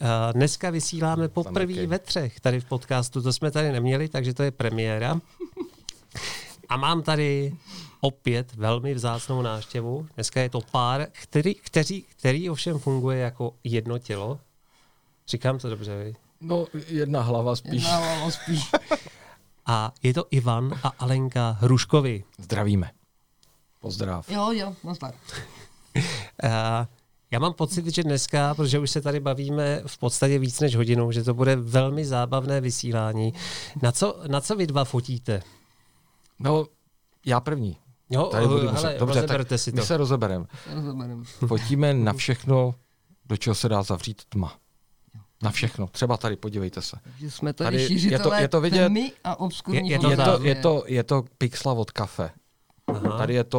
Dneska vysíláme poprvé ve 3 tady v podcastu, to jsme tady neměli, takže to je premiéra. A mám tady opět velmi vzácnou návštěvu. Dneska je to pár, který ovšem funguje jako jedno tělo. Říkám to dobře, vy? No, jedna hlava spíš. A je to Ivan a Alenka Hruškovi. Zdravíme. Pozdrav. Jo, nazdar. Já mám pocit, že dneska, protože už se tady bavíme v podstatě víc než hodinu, že to bude velmi zábavné vysílání. Na co vy dva fotíte? No, já první. Jo, hele, dobře, tak si to. My se rozebereme. Fotíme na všechno, do čeho se dá zavřít tma. Na všechno. Třeba tady, podívejte se. Takže jsme tady šířitelé je to vidět, tmy a obskurní je to pixla od kafe. Aha. Tady je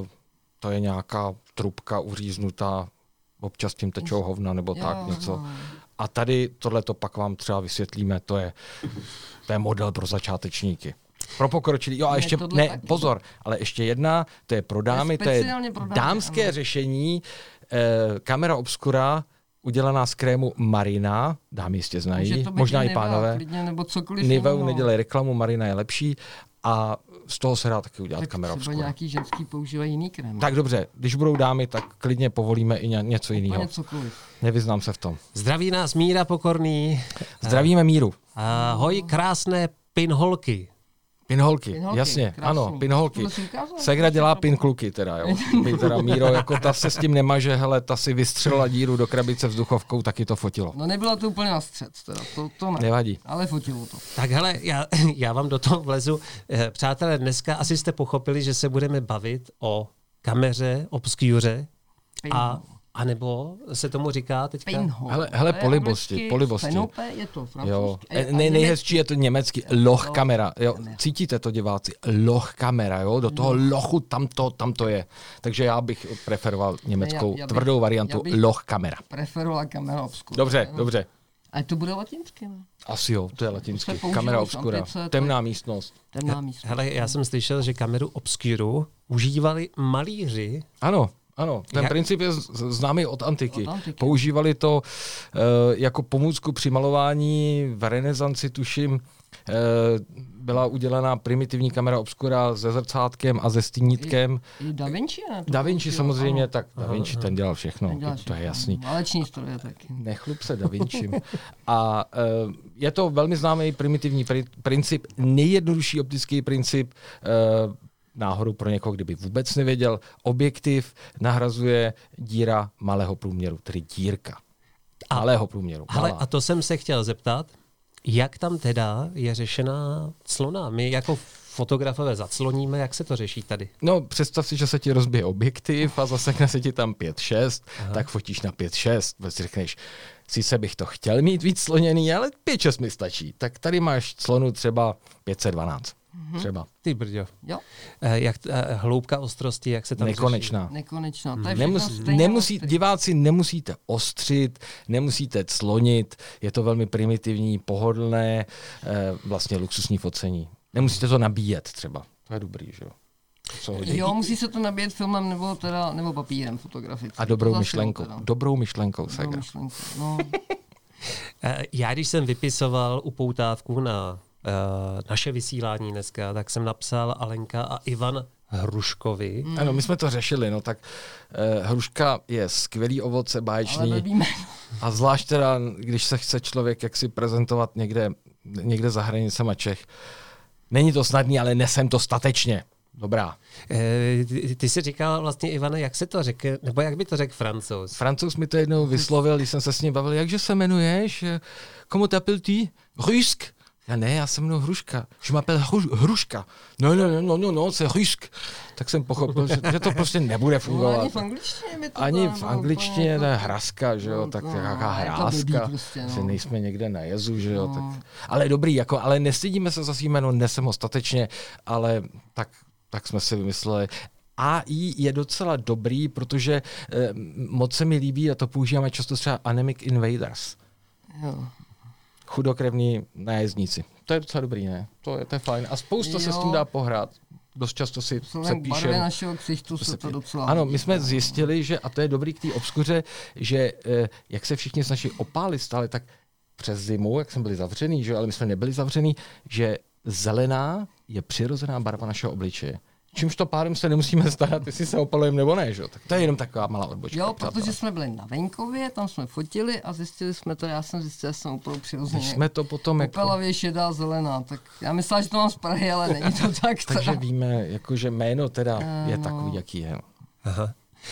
to je nějaká trubka uříznutá, občas tím tečou hovna nebo tak něco. A tady tohleto pak vám třeba vysvětlíme, to je model pro začátečníky. Pro pokročilý. Jo a ještě, pozor, ale ještě jedna, to je pro dámy, to je dámské řešení, kamera obscura, udělaná z krému Marina, dámy jistě znají, možná i pánové. Niveu nedělej reklamu, Marina je lepší a z toho se dá taky udělat tak kamera obscura. Nějaký ženský používají jiný krém. Tak dobře, když budou dámy, tak klidně povolíme i něco jiného. Nevyznám se v tom. Zdraví nás Míra Pokorný. Zdravíme Míru. Ahoj, krásné pinholky. Pinholky, jasně, krásný. Ano, pinholky. Segra dělá pinkluky teda, jo. By teda Míro, jako ta se s tím nemaže, hele, ta si vystřelila díru do krabice vzduchovkou, taky to fotilo. No nebylo to úplně na střed, teda, to ne. Nevadí. Ale fotilo to. Tak hele, já vám do toho vlezu. Přátelé, dneska asi jste pochopili, že se budeme bavit o kameře, obskuře a nebo se tomu říká teďka? Hele, polibosti. Fenope je to francouzský. Nejhezčí je to německý loch kamera. Jo. Cítíte to, diváci? Loch kamera, jo? Do toho lochu tam to je. Takže já bych preferoval německou tvrdou variantu loch kamera. Preferovala kamera obscura. Dobře. A to bude latinsky, ne? Asi jo, to je latinsky. Kamera obscura. Temná místnost. Hele, já jsem slyšel, že kameru obscuru užívali malíři. Ano, ten princip je známý od antiky. Používali to jako pomůcku při malování v renesanci, tuším, byla udělaná primitivní kamera obscura se zrcátkem a se stínítkem. I Da Vinci, ne? Da Vinci samozřejmě, tak Da Vinci ten dělal všechno, to je jasný. Váleční stroje taky. Nechlup se Da Vinci. A je to velmi známý primitivní princip, nejjednodušší optický princip, náhodou pro někoho, kdyby vůbec nevěděl, objektiv nahrazuje díra malého průměru, tedy dírka malého průměru. Ale a to jsem se chtěl zeptat, jak tam teda je řešená clona? My jako fotografové zacloníme, jak se to řeší tady? No, představ si, že se ti rozbije objektiv a zasekne se ti tam 5.6, tak fotíš na 5.6, protože řekneš, sice bych to chtěl mít víc sloněný, ale 5.6 mi stačí. Tak tady máš clonu třeba 512. Třeba. Ty brďo. Jo. Hloubka ostrosti, jak se tam Nekonečná. Diváci nemusíte ostřit, nemusíte clonit, je to velmi primitivní, pohodlné, vlastně luxusní focení. Nemusíte to nabíjet třeba. To je dobrý, že jo? Jo, musí se to nabíjet filmem nebo papírem fotografickým. A dobrou myšlenkou. No. Já když jsem vypisoval upoutávku na naše vysílání dneska, tak jsem napsal Alenka a Ivan Hruškovi. Ano, my jsme to řešili, no tak hruška je skvělý ovoce, báječný. A zvlášť teda, když se chce člověk jaksi prezentovat někde za hranicema Čech. Není to snadný, ale nesem to statečně. Dobrá. Ty jsi říkal vlastně, Ivane, jak se to řekne, nebo jak by to řekl Francouz? Francouz mi to jednou vyslovil, když jsem se s ním bavil, jakže se jmenuješ? Comment t'appelles-tu? Rusk. Já se jmenuji Hruška. Je m'appelle Hruška. No, c'est Rusk. Tak jsem pochopil, že to prostě nebude fungovat. Ani v angličtině Ani v angličtině to je hraska, že jo, tak jaká hráska. Si nejsme někde na jezu, že jo. Tak. Ale dobrý, ale nestydíme se za svým jméno, nesem ho statečně, ale tak jsme si vymysleli. AI je docela dobrý, protože moc se mi líbí, a to používáme často třeba Anemic Invaders. Jo. Chudokrevní nájezdníci. To je docela dobrý, ne? To je fajn. A spousta se s tím dá pohrát. dost často si se Barvy píše. našeho ksichtu se to docela... Ano, my jsme zjistili, že, a to je dobrý k té obskuře, že jak se všichni z našich opály stali, tak přes zimu, jak jsme byli zavřený, že, ale my jsme nebyli zavřený, že zelená je přirozená barva našeho obličeje. Čímž to pádem se nemusíme starat, jestli se opalujeme nebo ne, že? Tak to je jenom taková malá odbočka. Jo, protože jsme byli na venkově, tam jsme fotili a zjistili jsme to, já jsem zjistil, že jsem úplně přirozeně. Když jsme to potom opelavě šedá, zelená, tak já myslela, že to mám z Prahy, ale není to tak. Takže víme, jakože jméno teda je takový, jaký je. Aha.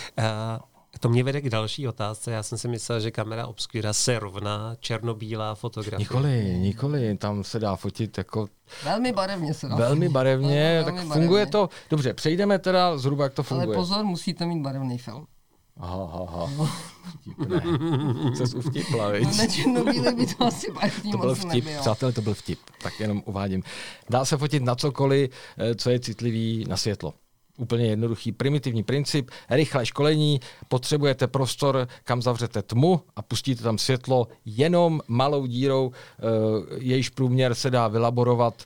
To mě vede k další otázce. Já jsem si myslel, že kamera obscura se rovná černobílá fotografie. Nikoli, tam se dá fotit jako... Velmi barevně se dá. Velmi barevně, tak barevně. Funguje to. Dobře, přejdeme teda zhruba, jak to funguje. Ale pozor, musíte mít barevný film. Aha. Vtipné. Ses uvtipla, viď? No nečernobílý by to asi barevný to byl vtip, přátelé, to byl vtip, tak jenom uvádím. Dá se fotit na cokoliv, co je citlivý na světlo. Úplně jednoduchý primitivní princip, rychlé školení, potřebujete prostor, kam zavřete tmu a pustíte tam světlo jenom malou dírou, jejíž průměr se dá vylaborovat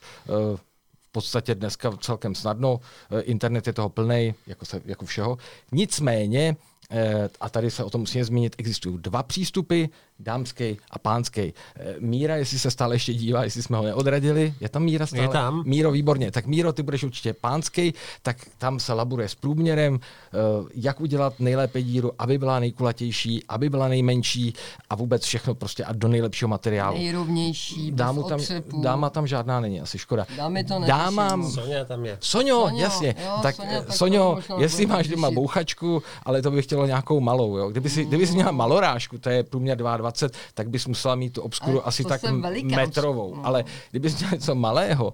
v podstatě dneska celkem snadno, internet je toho plnej, jako všeho. Nicméně, a tady se o tom musíme zmínit, existují dva přístupy, dámský a pánský. Míra, jestli se stále ještě dívá, jestli jsme ho neodradili, je tam Míra stále? Je tam. Míro, výborně. Tak Míro, ty budeš určitě pánský, tak tam se laboruje s průměrem, jak udělat nejlépe díru, aby byla nejkulatější, aby byla nejmenší a vůbec všechno prostě a do nejlepšího materiálu. Nejrovnější, bez otřepů. Dáma tam žádná není, asi škoda. Dámy to Soňa tam je. Soňo, jasně. Jo, tak Soňo, jestli máš doma bouchačku, ale to bych chtělo nějakou malou. Jo. Kdyby jsi měla malorážku, to je průměr 22, tak bys musela mít tu obskuru asi tak metrovou. No. Ale kdybys měla něco malého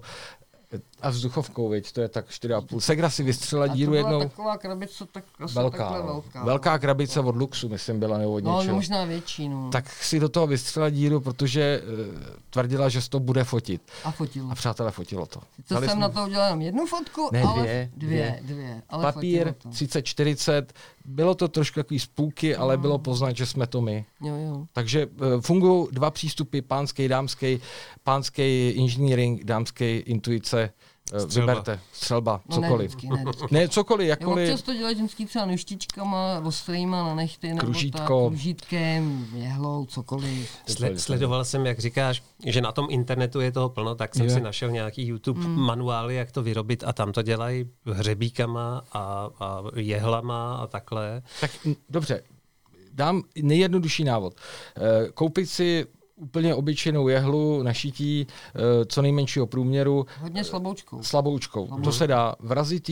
a vzduchovkou, viď, to je tak 4,5. Segra si vystřela díru jednou. Taková krabice, tak asi velká. Velká krabice od Luxu, myslím, byla nebo od něčeho. No, možná větší, no. Tak si do toho vystřela díru, protože tvrdila, že se to bude fotit. A fotilo. A přátelé, fotilo to. To jsem na to udělal jenom jednu fotku, ne, ale dvě. Ale papír 30-40, bylo to trošku takový spůky, ale bylo poznat, že jsme to my. Jo. Takže fungují dva přístupy, pánský, dámský, pánský engineering, dámský intuice. Vyberte, střelba, cokoliv. Ne, cokoliv, jakkoliv. Občas to dělají ženský třeba neštičkama, ostrýma na nechty, nebo kružítko. Kružítkem, jehlou, cokoliv. Sledoval jsem, jak říkáš, že na tom internetu je toho plno, tak jsem si našel nějaký YouTube manuály, jak to vyrobit a tam to dělají hřebíkama a jehlama a takhle. Tak dobře, dám nejjednodušší návod. Koupit si úplně obyčejnou jehlu na šití co nejmenšího průměru. Hodně slaboučkou. To se dá vrazit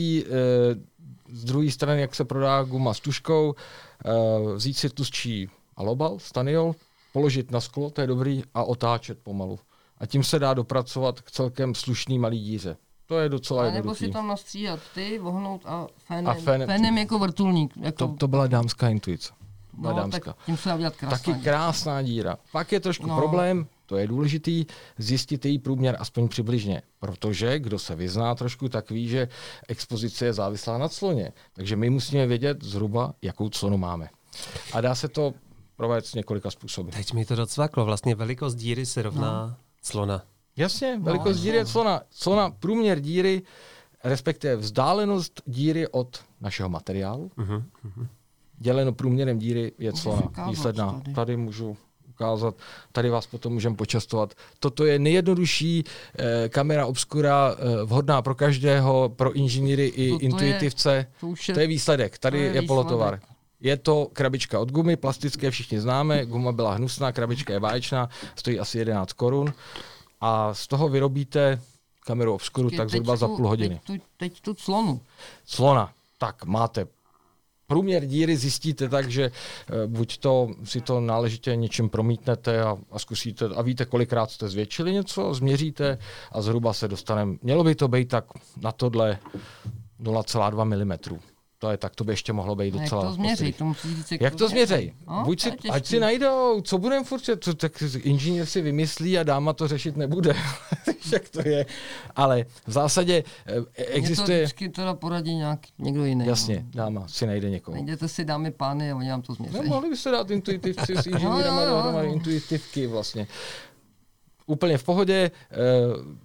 z druhé strany, jak se prodá guma s tužkou, vzít si tlustší alobal, staniol, položit na sklo, to je dobrý, a otáčet pomalu. A tím se dá dopracovat k celkem slušný malý díře. To je docela jednoduchý. Nebo si tam nastříhat vohnout a fénem jako vrtulník. Jako... To byla dámská intuice. Tak tím se dá udělat krásná Taky krásná díra. Pak je trošku problém, to je důležitý, zjistit její průměr aspoň přibližně. Protože kdo se vyzná trošku, tak ví, že expozice je závislá na cloně. Takže my musíme vědět zhruba, jakou clonu máme. A dá se to provést několika způsoby. Teď mi to docvaklo. Vlastně velikost díry se rovná clona. Jasně, velikost díry je clona. Clona, průměr díry, respektive vzdálenost díry od našeho materiálu. Děleno průměrem díry je clona výsledná. Tady můžu ukázat, tady vás potom můžeme počastovat. Toto je nejjednodušší kamera obskura, vhodná pro každého, pro inženýry i intuitivce. To je výsledek, tady je polotovar. Je to krabička od gumy, plastické všichni známe, guma byla hnusná, krabička je báječná, stojí asi 11 korun a z toho vyrobíte kameru obskuru tak zhruba za půl hodiny. Teď tu clonu. Clona, tak máte průměr díry, zjistíte tak, že buď to si to náležitě něčím promítnete a zkusíte a víte, kolikrát jste zvětšili něco, změříte a zhruba se dostaneme. Mělo by to být tak na tohle 0,2 mm. To je tak, to by ještě mohlo být docela. Jak to změří? Jak to změří? Ať si najdou, co budeme furt, tak inženýr si vymyslí a dáma to řešit nebude. Jak to je. Ale v zásadě existuje... Mě to vždycky teda poradí někdo jiný. Jasně, dáma si najde někoho. Najděte si dámy pány a oni vám to změří. No, mohli byste dát intuitivci s inženýrama, intuitivky vlastně. Úplně v pohodě.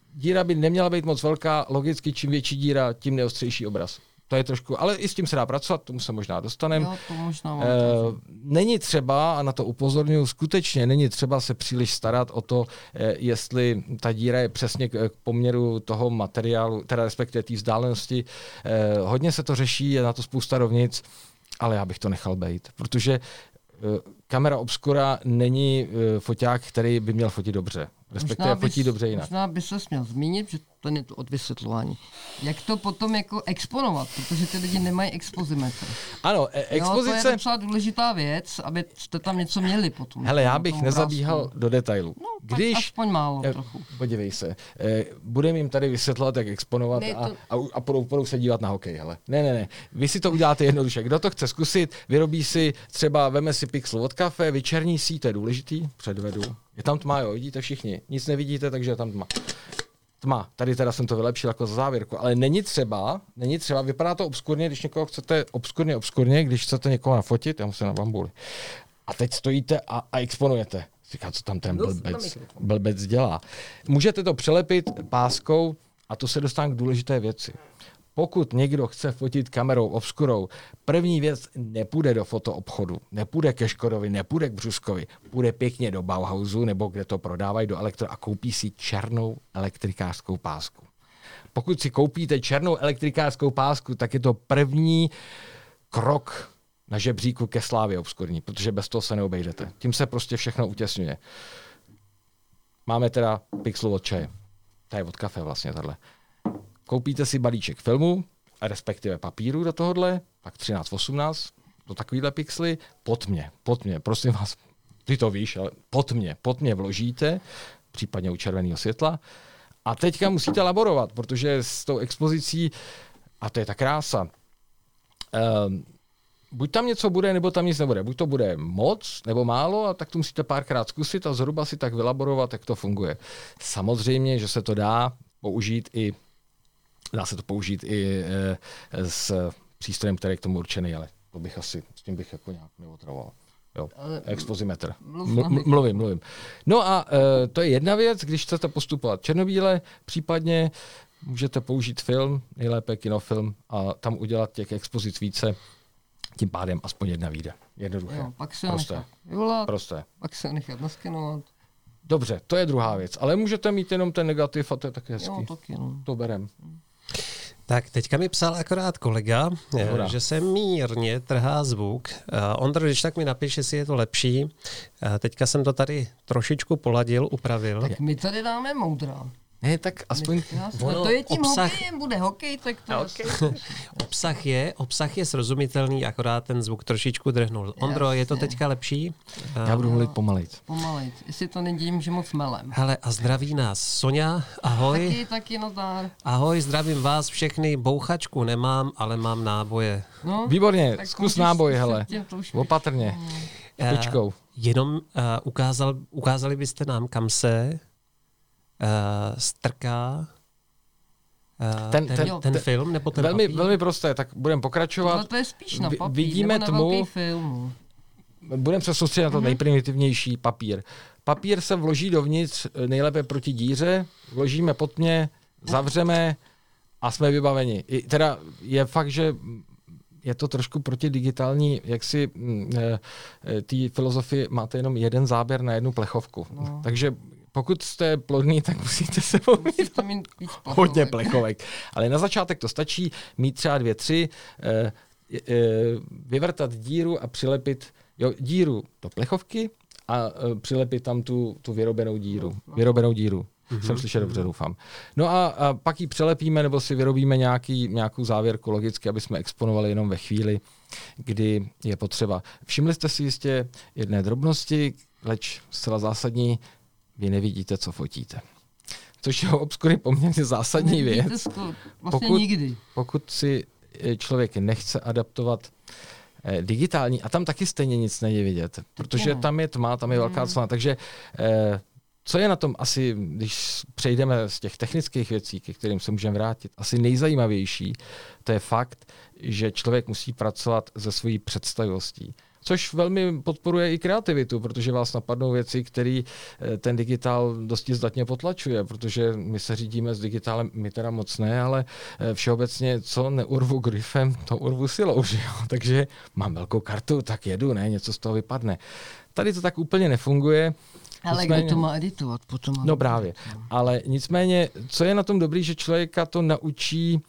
díra by neměla být moc velká, logicky čím větší díra, tím neostřejší obraz. To je trošku, ale i s tím se dá pracovat, tomu se možná dostaneme. Není třeba, a na to upozorňuji, skutečně není třeba se příliš starat o to, jestli ta díra je přesně k poměru toho materiálu, teda respektive té vzdálenosti. Hodně se to řeší, je na to spousta rovnic, ale já bych to nechal bejt, protože kamera obscura není foťák, který by měl fotit dobře. Respektive fotí dobře jinak. Možná by se měl zmínit, že to je to od vysvětlování. Jak to potom jako exponovat, protože ty lidi nemají expozimetr. Ano, expozice... Jo, to je docela důležitá věc, aby jste tam něco měli potom. Hele, já bych nezabíhal do detailu. No, když aspoň málo trochu. Podívej se, budeme jim tady vysvětlovat, jak exponovat a budou se dívat na hokej. Hele. Ne. Vy si to uděláte jednoduše. Kdo to chce zkusit, vyrobí si třeba, veme si pixel od kafe, vyčerní si, to je důležitý, předvedu. Je tam tma, jo, vidíte všichni. Nic nevidíte, takže je tam tma. Tma. Tady teda jsem to vylepšil jako za závěrku, ale není třeba, vypadá to obskurně, když někoho chcete obskurně, když chcete někoho nafotit, já musím na bambuli. A teď stojíte a exponujete. Říká, co tam ten blbec dělá. Můžete to přelepit páskou a to se dostane k důležité věci. Pokud někdo chce fotit kamerou obskurou, první věc nepůjde do fotoobchodu, nepůjde ke Škodovi, nepůjde k Břuskovi, půjde pěkně do Bauhausu nebo kde to prodávají do elektro a koupí si černou elektrikářskou pásku. Pokud si koupíte černou elektrikářskou pásku, tak je to první krok na žebříku ke slávě obskurní, protože bez toho se neobejdete. Tím se prostě všechno utěsňuje. Máme teda pixel od čaje. To je od kafe vlastně tahle. Koupíte si balíček filmu, respektive papíru do tohohle, pak 13-18, do takovýhle pixely, pod mě, prosím vás, ty to víš, ale pod mě vložíte, případně u červeného světla, a teďka musíte laborovat, protože s tou expozicí, a to je ta krása, buď tam něco bude, nebo tam nic nebude. Buď to bude moc, nebo málo, a tak to musíte párkrát zkusit a zhruba si tak vylaborovat, jak to funguje. Samozřejmě, že se to dá se to použít i s přístrojem, který je k tomu určený, ale to bych asi, s tím bych jako nějak neotravoval. Jo, expozimetr. Mluvím. No a to je jedna věc, když chcete postupovat černobíle, případně můžete použít film, nejlépe kinofilm, a tam udělat těch expozic více, tím pádem aspoň jedna vyjde. Jednoduché. Jo, pak se nechat vyvolat, Prosté. pak se nechat naskenovat. Dobře, to je druhá věc, ale můžete mít jenom ten negativ a to je taky hezký. Jo, taky, no. To berem. Tak teďka mi psal akorát kolega, že se mírně trhá zvuk. Ondro, když tak mi napiš, jestli je to lepší. Teďka jsem to tady trošičku poladil, upravil. Tak my tady dáme moudra. Ne, tak aspoň... To je tím hokejem, bude hokej, tak to Obsah je srozumitelný, akorát ten zvuk trošičku drhnul. Ondro, je to teďka lepší? Já budu mluvit pomalejc. Jestli to nedím, že moc melem. Hele, a zdraví nás Soňa, ahoj. Taky nazdar. Ahoj, zdravím vás všechny. Bouchačku nemám, ale mám náboje. No, výborně, zkus náboj, hele. Opatrně. Špičkou. Jenom ukázali byste nám, kam se strká ten film, nebo ten papír? Velmi prosté, tak budeme pokračovat. Ale to je spíš na papír, vidíme nebo na velký film. Budeme se soustředit na to nejprimitivnější papír. Papír se vloží dovnitř, nejlépe proti díře, vložíme pod mě, zavřeme a jsme vybaveni. Teda je fakt, že je to trošku proti digitální, jak si té filozofii máte jenom jeden záběr na jednu plechovku. No. Takže pokud jste plodný, tak musíte se mít hodně plechovek. Ale na začátek to stačí mít třeba 2-3, vyvrtat díru a přilepit díru do plechovky a přilepit tam tu vyrobenou díru. Jsem slyšel dobře, doufám. No a pak ji přelepíme nebo si vyrobíme nějakou závěrku logicky, aby jsme exponovali jenom ve chvíli, kdy je potřeba. Všimli jste si jistě jedné drobnosti, leč zcela zásadní, vy nevidíte, co fotíte. Což je obskury poměrně zásadní věc. Pokud si člověk nechce adaptovat digitální, a tam taky stejně nic není vidět, protože tam je tma, tam je velká clona, takže co je na tom asi, když přejdeme z těch technických věcí, ke kterým se můžeme vrátit, asi nejzajímavější, to je fakt, že člověk musí pracovat se svojí představivostí. Což velmi podporuje i kreativitu, protože vás napadnou věci, které ten digitál dosti zdatně potlačuje, protože my se řídíme s digitálem, my teda moc ne, ale všeobecně, co neurvu grifem, to urvu silou, že jo? Takže mám velkou kartu, tak jedu, ne, něco z toho vypadne. Tady to tak úplně nefunguje. Ale nicméně, kdo to má editovat potom? No právě, ale nicméně, co je na tom dobrý, že člověka to naučí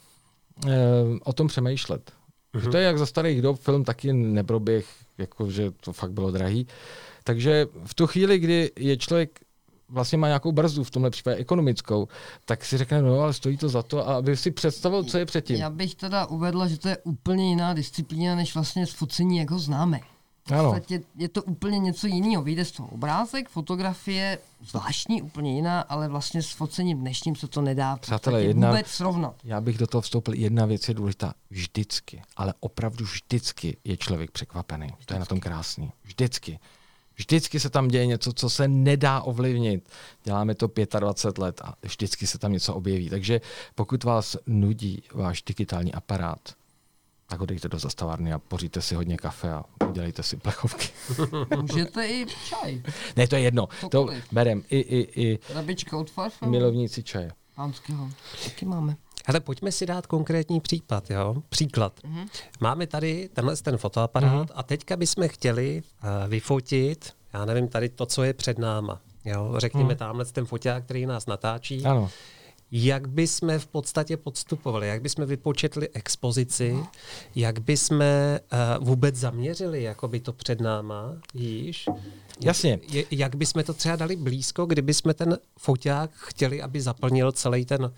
o tom přemýšlet. To je jak za starých dob, film taky neproběh, jakože to fakt bylo drahý. Takže v tu chvíli, kdy je člověk vlastně má nějakou brzdu, v tomhle případě ekonomickou, tak si řekne, no ale stojí to za to, a aby si představil, co je předtím. Já bych teda uvedla, že to je úplně jiná disciplína, než vlastně focení, jak ho známe. V podstatě je to úplně něco jiného. Vyjde z toho obrázek, fotografie, zvláštní, úplně jiná, ale vlastně s focením dnešním se to nedá vůbec srovnat. Já bych do toho vstoupil, jedna věc je důležitá. Vždycky, ale opravdu vždycky je člověk překvapený. Vždycky. To je na tom krásný. Vždycky. Vždycky se tam děje něco, co se nedá ovlivnit. Děláme to 25 let a vždycky se tam něco objeví. Takže pokud vás nudí váš digitální aparát, tak odejte do zastavárny a poříte si hodně kafe a udělejte si plechovky. Můžete i čaj. Ne, to je jedno. To berem. I Krabička od Farfelu. Milovníci čaje. Pánského. Taky máme. Ale pojďme si dát konkrétní příklad. Máme tady ten fotoaparát a teďka bychom chtěli vyfotit, já nevím, tady to, co je před náma. Jo? Řekněme tamhle ten foťák, který nás natáčí. Ano. Jak bychom v podstatě podstupovali, jak bychom vypočetli expozici, jak bychom vůbec zaměřili jakoby to před náma, víš? Jasně. Jak bychom to třeba dali blízko, kdybychom ten foťák chtěli, aby zaplnil celý ten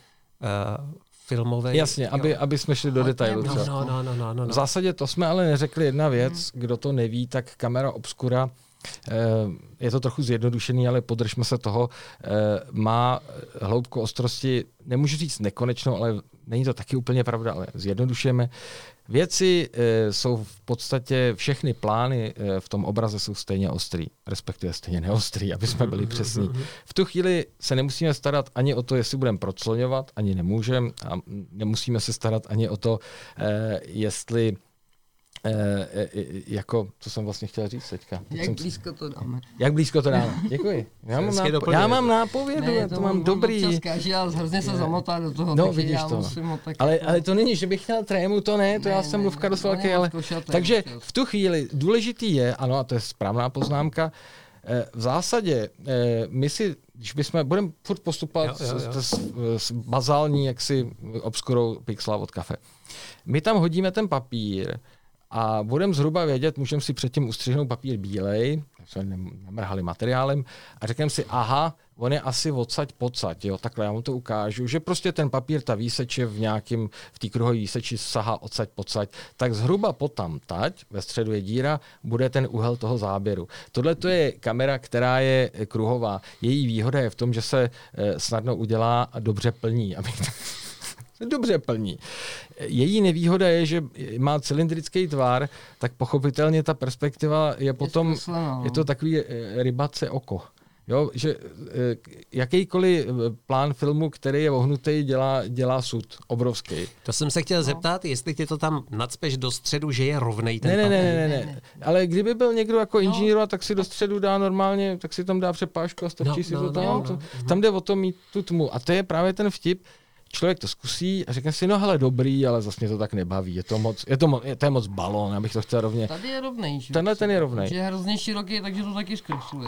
filmový. Jasně, aby jsme šli do detailu. No. V zásadě to jsme ale neřekli jedna věc, kdo to neví, tak kamera obscura, je to trochu zjednodušený, ale podržme se toho, má hloubku ostrosti, nemůžu říct nekonečnou, ale není to taky úplně pravda, ale zjednodušujeme. Věci jsou v podstatě, všechny plány v tom obraze jsou stejně ostrý, respektive stejně neostrý, aby jsme byli přesní. V tu chvíli se nemusíme starat ani o to, jestli budeme procloňovat, ani nemůžeme, a nemusíme se starat ani o to, jestli jako, co jsem vlastně chtěl říct teďka. Blízko to dáme. Jak blízko to dáme. Děkuji. Já mám nápovědu, to mám dobrý. Já hrozně se zamotá do toho. No, vidíš to. Ale to není, že bych chtěl trému, to ne, to já jsem mluvka dost velký, ale... Takže v tu chvíli důležitý je, ano, a to je správná poznámka, v zásadě my si, když budeme furt postupovat s bazální jaksi obskurou pixela od kafe. My tam hodíme ten papír a budeme zhruba vědět, můžeme si předtím ustřihnout papír bílej, jsme nemrhali materiálem, a řekneme si, aha, on je asi odsaď pocať, jo, takhle já mu to ukážu, že prostě ten papír, ta výseč v té kruhové výseči sahá odsaď pocať, tak zhruba potom tať, ve středu je díra, bude ten úhel toho záběru. Tohle to je kamera, která je kruhová. Její výhoda je v tom, že se snadno udělá a dobře plní. Dobře plní. Její nevýhoda je, že má cylindrický tvar, tak pochopitelně ta perspektiva je potom, je to takový rybace oko. Jo, že jakýkoliv plán filmu, který je ohnutý, dělá sud obrovský. To jsem se chtěl zeptat, jestli ty to tam nacpeš do středu, že je rovnej ten papír. Ne. Ale kdyby byl někdo jako inženýr, tak si do středu dá normálně, tak si tam dá přepážku a strčí si to tam. Tam jde o to mít tu tmu. A to je právě ten vtip. Člověk to zkusí a řekne si, no hele, dobrý, ale zase mě to tak nebaví. To je moc balón, abych to chtěl rovně. Tady je rovnej. Tenhle ten je rovnej. Je hrozně široký, takže to taky zkresluje.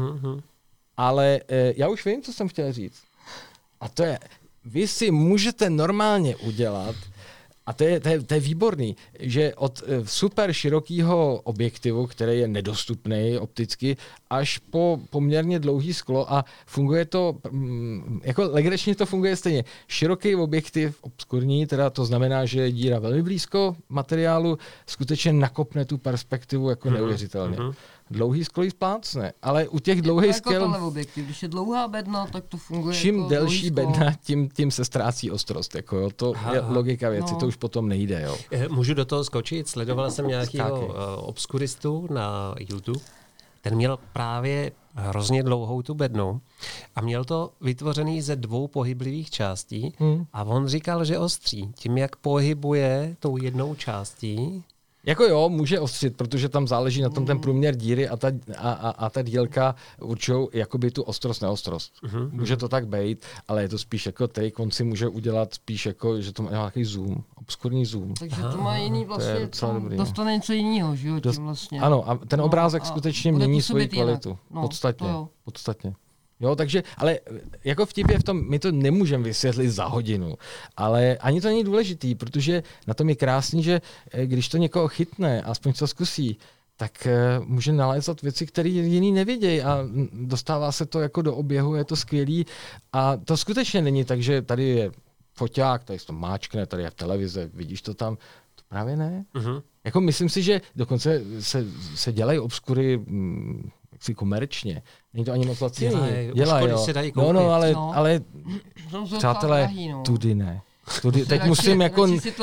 Ale já už vím, co jsem chtěl říct. A to je, vy si můžete normálně udělat, a to je výborný, že od super širokého objektivu, který je nedostupný opticky, až po poměrně dlouhý sklo a funguje to, jako legračně to funguje stejně. Široký objektiv, obskurní, teda to znamená, že je díra velmi blízko materiálu, skutečně nakopne tu perspektivu jako neuvěřitelně. Dlouhý sklo jí splácne, ale u těch dlouhých skel... Když je dlouhá bedna, tak to funguje. Čím jako delší bedna, tím se ztrácí ostrost. Jako jo. To je logika věci, to už potom nejde. Jo. Můžu do toho skočit? Sledoval jsem nějakého obskuristu na YouTube ten měl právě hrozně dlouhou tu bednu a měl to vytvořený ze 2 pohyblivých částí a on říkal, že ostří. Tím, jak pohybuje tou jednou částí, jako jo, může ostřit, protože tam záleží na tom ten průměr díry a ta dílka určují jakoby tu ostrost, neostrost. Může to tak být, ale je to spíš jako trik, on si může udělat spíš jako, že to má nějaký zoom, obskurní zoom. Takže to má jiný vlastně, dostane něco jiného, že jo, tím vlastně. Ano, a ten obrázek skutečně mění svoji kvalitu. Podstatně. Jo, takže, ale jako vtip je v tom, my to nemůžeme vysvětlit za hodinu, ale ani to není důležitý, protože na tom je krásný, že když to někoho chytne, aspoň co zkusí, tak může nalézat věci, které jiný nevědějí a dostává se to jako do oběhu, je to skvělý a to skutečně není tak, že tady je foťák, tady se to máčkne, tady je v televize, vidíš to tam, to právě ne. Jako myslím si, že dokonce se dělají obskury jaksi komerčně. Není to ani moc laciný. Dělají, jo. Se dají koupit. No, ale přátelé, tudy ne. Teď musím jako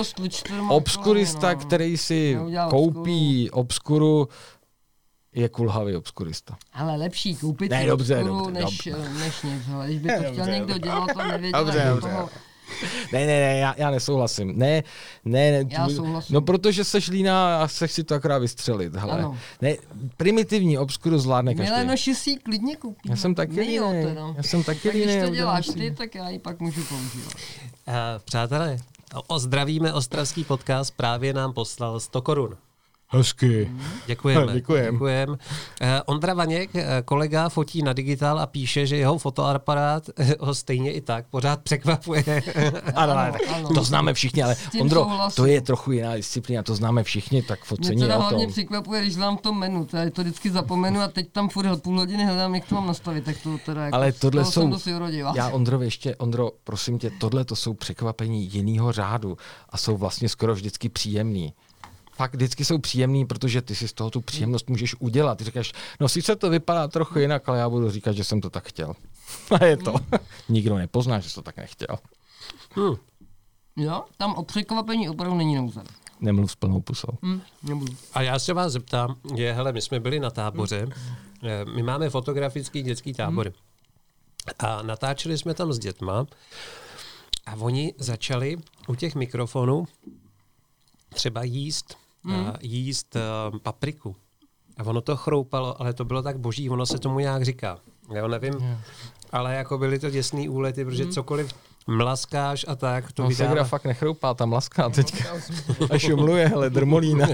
obskurista, který si koupí obskuru, je kulhavý obskurista. Ale lepší koupit obskuru, než nic. Když by to chtěl někdo dělat, to nevěděl. Dobře. Ne, já nesouhlasím. Ne, já souhlasím. No protože seš líná a chceš si to akorát vystřelit. Hele. Ne, primitivní obskuru zvládne každý. Milenoši si ji klidně koupí. Já jsem taky líný. Když to děláš ty, tak já ji pak můžu používat. Přátelé, ozdravíme ostravský podcast, právě nám poslal 100 korun. Hezky. Děkujeme. Ondra Vaněk, kolega, fotí na digitál a píše, že jeho fotoaparát ho stejně i tak pořád překvapuje. Ano. To známe všichni, ale Ondro, to je trochu jiná disciplína, to známe všichni, tak focení je o tom. Mě hlavně překvapuje, když dám to menu, já to vždycky zapomenu a teď tam furt půl hodiny hledám, jak to mám nastavit, tak to teda jako ale tohle jsou, já Ondro, prosím tě, tohle to jsou překvapení jinýho řádu a jsou vlastně skoro vždycky příjemný. Fakt vždycky jsou příjemný, protože ty si z toho tu příjemnost můžeš udělat. Ty říkáš, no sice to vypadá trochu jinak, ale já budu říkat, že jsem to tak chtěl. A je to. Nikdo nepozná, že jsi to tak nechtěl. Jo, tam o překvapení opravdu není nouze. Nemluv s plnou pusou. Nebudu. A já se vás zeptám, hele, my jsme byli na táboře, my máme fotografický dětský tábory. A natáčeli jsme tam s dětma a oni začali u těch mikrofonů třeba jíst papriku. A ono to chroupalo, ale to bylo tak boží, ono se tomu nějak říká. Já nevím, ale jako byly to děsný úlety, protože cokoliv mlaskáš a tak, to vydává. Segra fakt nechroupá, ta mlaská teďka. A šumluje, hele, drmolína.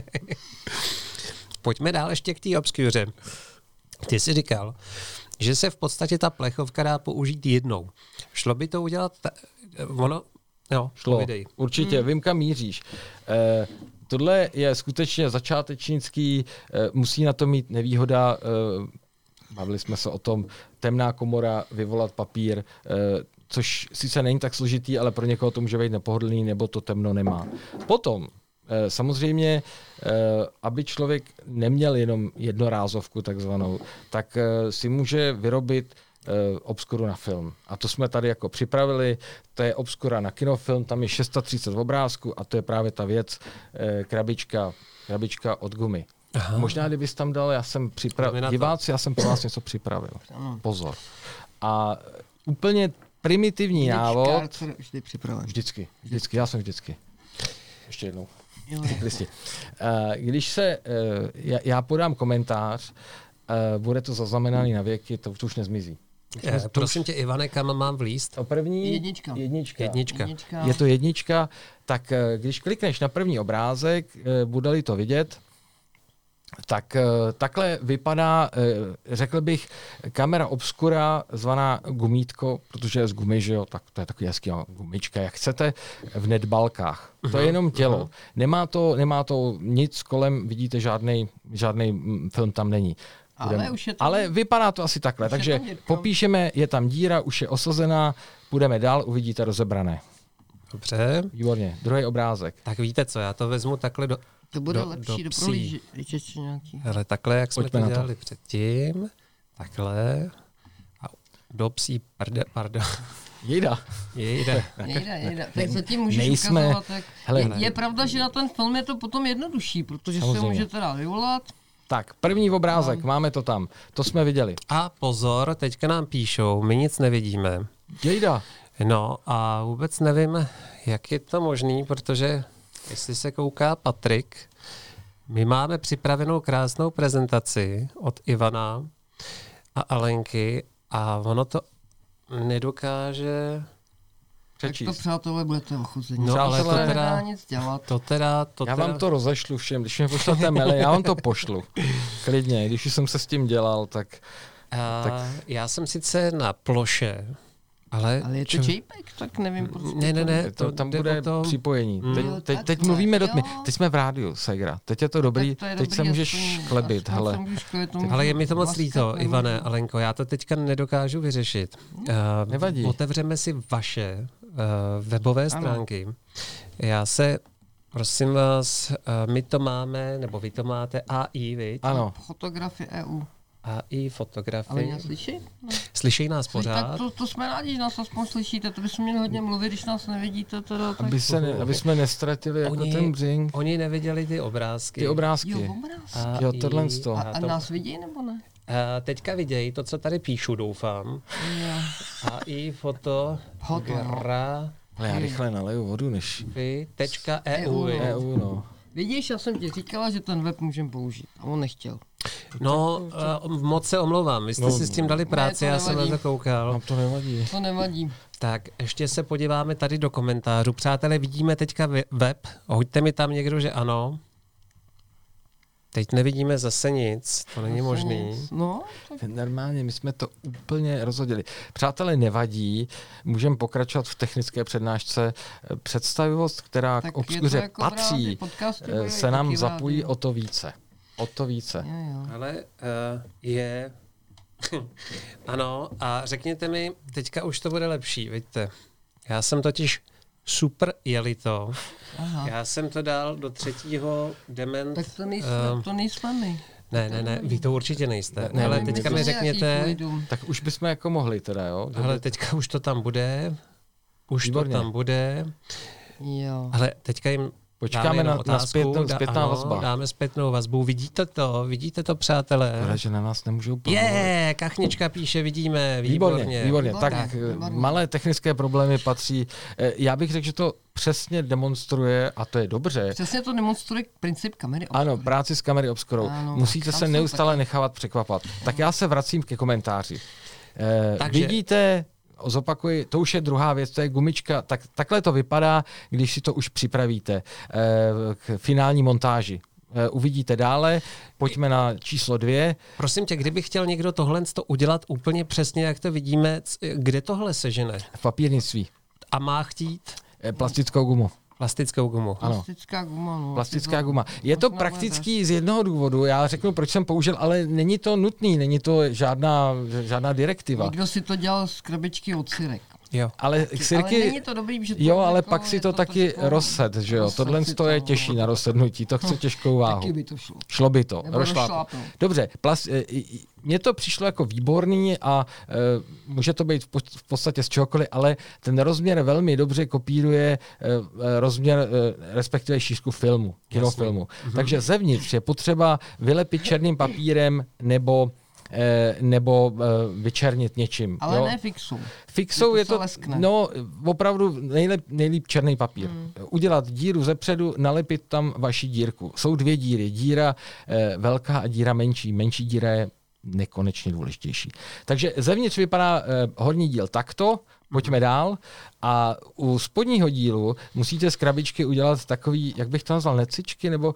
Pojďme dál ještě k té obskuře. Ty jsi říkal, že se v podstatě ta plechovka dá použít jednou. Šlo by to udělat šlo. Určitě, vím, kam míříš. Tohle je skutečně začátečnický, musí na to mít nevýhoda, bavili jsme se o tom, temná komora, vyvolat papír, což sice není tak složitý, ale pro někoho to může být nepohodlný, nebo to temno nemá. Potom, samozřejmě, aby člověk neměl jenom jednorázovku takzvanou, tak si může vyrobit obskuru na film. A to jsme tady jako připravili. To je obskura na kinofilm, tam je 630 obrázků a to je právě ta věc, krabička od gumy. Aha. Možná, kdybys tam dal, diváci, já jsem pro vás něco připravil. Pozor. A úplně primitivní návod. Vždy připraven. Vždycky, já jsem vždycky. Ještě jednou. Když se, já podám komentář, bude to zaznamenaný na věky, to už nezmizí. Prosím tě, Ivane, kam mám vlíst? První jednička. Je to jednička, tak když klikneš na první obrázek, bude-li to vidět, tak takhle vypadá, řekl bych, kamera obskura zvaná gumítko, protože je z gumy, že jo, tak to je takový hezký gumička, jak chcete, v netbalkách. To je jenom tělo. Nemá to nic kolem, vidíte, žádný film tam není. Ale vypadá to asi takhle, takže popíšeme, je tam díra, už je osazená, půjdeme dál, uvidíte rozebrané. Dobře. Výborně, druhý obrázek. Tak víte co, já to vezmu takhle to bude lepší do prohlížení. Hele, takhle, jak jsme to dělali předtím, takhle, a do psí pardon. Jejda. Tak zatím můžeš ukazovat, tak je pravda, že na ten film je to potom jednodušší, protože se můžete dát vyvolat. Tak, první obrázek, máme to tam. To jsme viděli. A pozor, teďka nám píšou, my nic nevidíme. Jejda. No a vůbec nevím, jak je to možný, protože jestli se kouká Patrik, my máme připravenou krásnou prezentaci od Ivana a Alenky a ono to nedokáže přečíst. Tak to, přátelé, budete ochuzení. No, ale to nedá nic dělat. Já vám to rozešlu všem, když mi pošlete maily, já vám to pošlu. Klidně, když jsem se s tím dělal, tak... Já jsem sice na ploše, ale je to JPEG, tak nevím. Ne, tam bude připojení. Teď mluvíme teď jsme v rádiu, Segra. Teď je to dobrý, teď se můžeš chlebit. Ale je mi to moc líto, Ivane, Alenko, já to teďka nedokážu vyřešit. Nevadí. Otevřeme si vaše webové stránky. Já se, prosím vás, my to máme, nebo vy to máte, AI, viď? Ano. Fotografie EU. AI fotografie. Ale nás slyší? No. Slyší nás pořád? Tak to jsme rádi, že nás aspoň slyšíte. To bychom měli hodně mluvit, když nás nevidíte. Teda, tak... Aby jsme nestratili jako ten břing. Oni neviděli ty obrázky. Jo, obrázky. Jo, tohle. A nás vidí nebo ne? Teďka vidějí to, co tady píšu, doufám. AI fotogra... Ale já rychle naleju vodu, než... .eu, no. Vidíš, já jsem ti říkala, že ten web můžeme použít. A on nechtěl. No, moc se omlouvám. Vy jste si s tím dali práci, já jsem na to koukal. No, to nevadí. To nevadí. Tak, ještě se podíváme tady do komentářů. Přátelé, vidíme teďka web. Hoďte mi tam někdo, že ano. Teď nevidíme zase nic, to není možný. No, tak... Normálně, my jsme to úplně rozhodili. Přátelé, nevadí, můžeme pokračovat v technické přednášce. Představivost, která tak k obskuře jako patří, se nám zapojí o to více. O to více. Jo. Ale je... Ano, a řekněte mi, teďka už to bude lepší, vidíte. Já jsem totiž super jeli to. Aha. Já jsem to dal do 3. dement. Tak to nejsme my. Ne, vy to určitě nejste. Ale teďka mi řekněte... Tak už bychom jako mohli teda, jo? Ale teďka už to tam bude. Výborně. To tam bude. Jo. Ale teďka jim počkáme na zpětná vazba. Dáme zpětnou vazbu. Vidíte to, přátelé? Teda, že na nás nemůžou pomoct. Kachnička píše, vidíme. Výborně. Tak malé technické problémy patří. Já bych řekl, že to přesně demonstruje, a to je dobře. Přesně to demonstruje princip kamery obskurou. Ano, práci s kamery obskurou. Musíte se neustále nechávat překvapat. Tak já se vracím ke komentáři. Vidíte... Zopakuji, to už je druhá věc, to je gumička. Takhle to vypadá, když si to už připravíte k finální montáži. Uvidíte dále, pojďme na číslo 2. Prosím tě, kdyby chtěl někdo tohle udělat úplně přesně, jak to vidíme, kde tohle sežene? V papírnictví. A má chtít? Plastickou gumu. Plastickou gumu. Ano. Plastická guma. Je to praktický z jednoho důvodu. Já řeknu, proč jsem použil, ale není to nutný, není to žádná direktiva. Někdo si to dělal z krabičky od syrek. Jo. Ale syrky, ale není to dobrý, že to jo, ale pak si to taky rozsed, že jo. Tohle je těžší na rozsednutí, to chce těžkou váhu. Taky by to šlo. Šlo by to. Dobře, mně to přišlo jako výborný a může to být v podstatě z čehokoliv, ale ten rozměr velmi dobře kopíruje rozměr, respektive šířku filmu, kinofilmu. Takže zevnitř je potřeba vylepit černým papírem nebo vyčernit něčím. Ale jo? ne fixou. Fixou je to opravdu nejlíp černý papír. Udělat díru zepředu, nalepit tam vaši dírku. Jsou 2 díry. Díra velká a díra menší. Menší díra je nekonečně důležitější. Takže zevnitř vypadá horní díl takto, pojďme dál. A u spodního dílu musíte z krabičky udělat takový, jak bych to nazval, necičky, nebo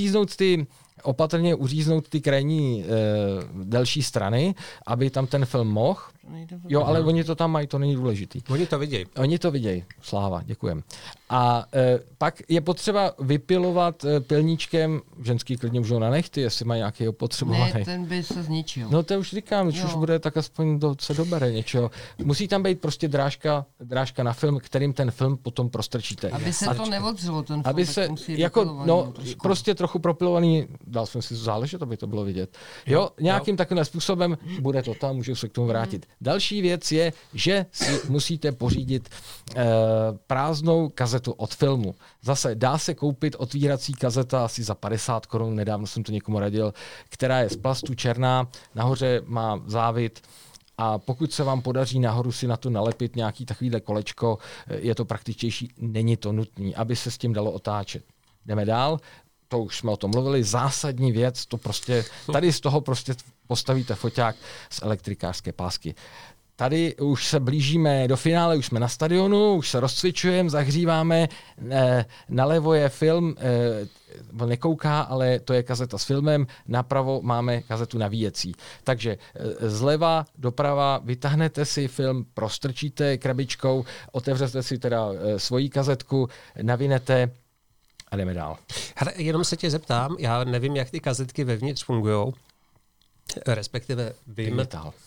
opatrně uříznout ty krajní delší strany, aby tam ten film mohl. Jo, ale oni to tam mají, to není důležitý. Oni to vidějí. Sláva, děkujem. A pak je potřeba vypilovat pilníčkem, ženský klidně můžou na nechty, jestli mají nějaký opotřebovaný. Ne, ten by se zničil. No to už říkám, když už bude, tak aspoň se dobere něčeho. Musí tam být prostě drážka drážka na film, kterým ten film potom prostrčíte. Aby se to neodřelo, ten film, aby se, prostě trochu propilovaný, dal jsem si záležet, aby to bylo vidět. Jo, nějakým takovým způsobem bude to tam, můžu se k tomu vrátit. Další věc je, že si musíte pořídit prázdnou kazetu od filmu. Zase dá se koupit otvírací kazeta asi za 50 korun, nedávno jsem to někomu radil, která je z plastu černá, nahoře má závit a pokud se vám podaří nahoru si na to nalepit nějaký takovýhle kolečko, je to praktičtější, není to nutné, aby se s tím dalo otáčet. Jdeme dál, to už jsme o tom mluvili, zásadní věc, to prostě, tady z toho prostě postavíte foťák z elektrikářské pásky. Tady už se blížíme do finále, už jsme na stadionu, už se rozcvičujeme, zahříváme, nalevo je film, nekouká, ale to je kazeta s filmem, napravo máme kazetu navíjecí. Takže zleva doprava vytáhnete si film, prostrčíte krabičkou, otevřete si teda svoji kazetku, navinete a jdeme dál. Hele, jenom se tě zeptám, já nevím, jak ty kazetky vevnitř fungujou, respektive vím...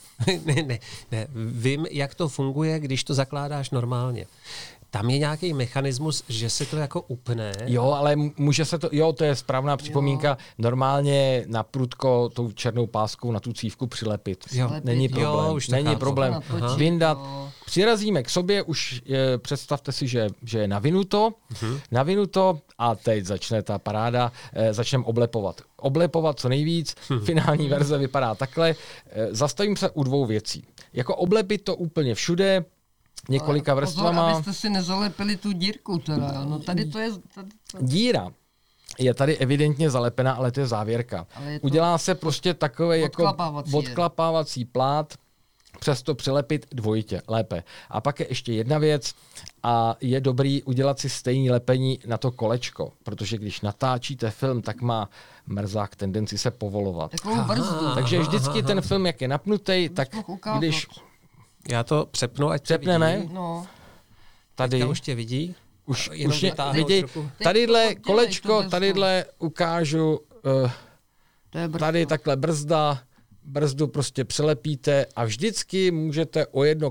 Ne, vím, jak to funguje, když to zakládáš normálně. Tam je nějaký mechanismus, že se to jako upne. Jo, ale může se to, to je správná připomínka, normálně na prudko tou černou páskou na tu cívku přilepit. Není problém. Není problém. Vyndat. Přirazíme k sobě, už představte si, že je navinuto a teď začne ta paráda, začneme oblepovat. Oblepovat co nejvíc, finální verze vypadá takhle. Zastavím se u dvou věcí. Jako oblepit to úplně všude, několika vrstvama. Pozor, abyste si nezalepili tu dírku teda, no tady to je... Díra je tady evidentně zalepená, ale to je závěrka. Udělá se prostě takový jako odklapávací plát, přes to přilepit dvojitě, lépe. A pak je ještě jedna věc a je dobrý udělat si stejné lepení na to kolečko, protože když natáčíte film, tak má mrzák tendenci se povolovat. Takže vždycky ten film, jak je napnutý, tak když... Já to přepnu, ať přepneme. Vidí. No. Tady už tě vidí. Už vidí. Tadyhle kolečko, tadyhle ukážu. Tady takhle brzdu prostě přelepíte a vždycky můžete o jedno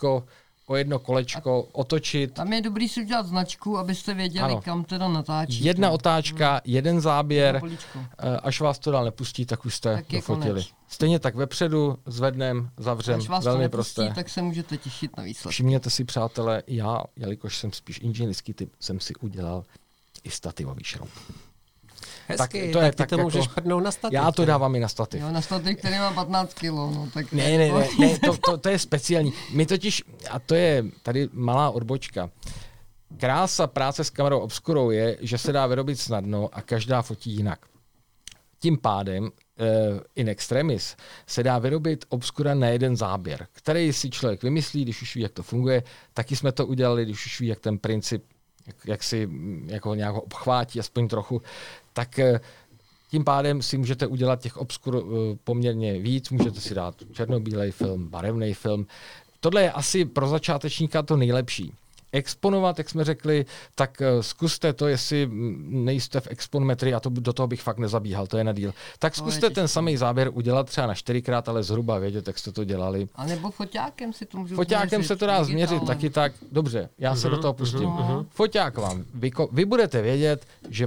kolečko otočit. Tam je dobrý si udělat značku, abyste věděli, kam teda natáčíte. Jedna otáčka, jeden záběr, až vás to dál nepustí, tak už jste dofotili. Stejně tak vepředu, zvednem, zavřem, velmi prosté. Tak se můžete těšit na výsledky. Všimněte si, přátelé, já, jelikož jsem spíš inženýrský typ, jsem si udělal i stativový šroub. Hezky, tak ty to můžeš prdnout na stativ. Já to dávám i na stativ. Jo, na stativ, který má 15 kg. No, tak ne, to je speciální. My totiž, a to je tady malá odbočka, krása práce s kamerou obskurou je, že se dá vyrobit snadno a každá fotí jinak. Tím pádem in extremis se dá vyrobit obskura na jeden záběr, který si člověk vymyslí, když už ví, jak to funguje. Taky jsme to udělali, když už ví, jak ten princip, jak si jako nějak obchvátí, aspoň trochu, tak tím pádem si můžete udělat těch obskur poměrně víc, můžete si dát černobílej film, barevný film. Tohle je asi pro začátečníka to nejlepší. Exponovat, jak jsme řekli, tak zkuste to, jestli nejste v exponometrii, a to do toho bych fakt nezabíhal, to je na díl. Tak zkuste ten samý záběr udělat třeba na 4x, ale zhruba vědět, jak jste to dělali. A nebo foťákem si to můžu foťákem změřit, se to dá změřit, taky tak. Dobře, já se do toho pustím. Foťák vám, vy budete vědět, že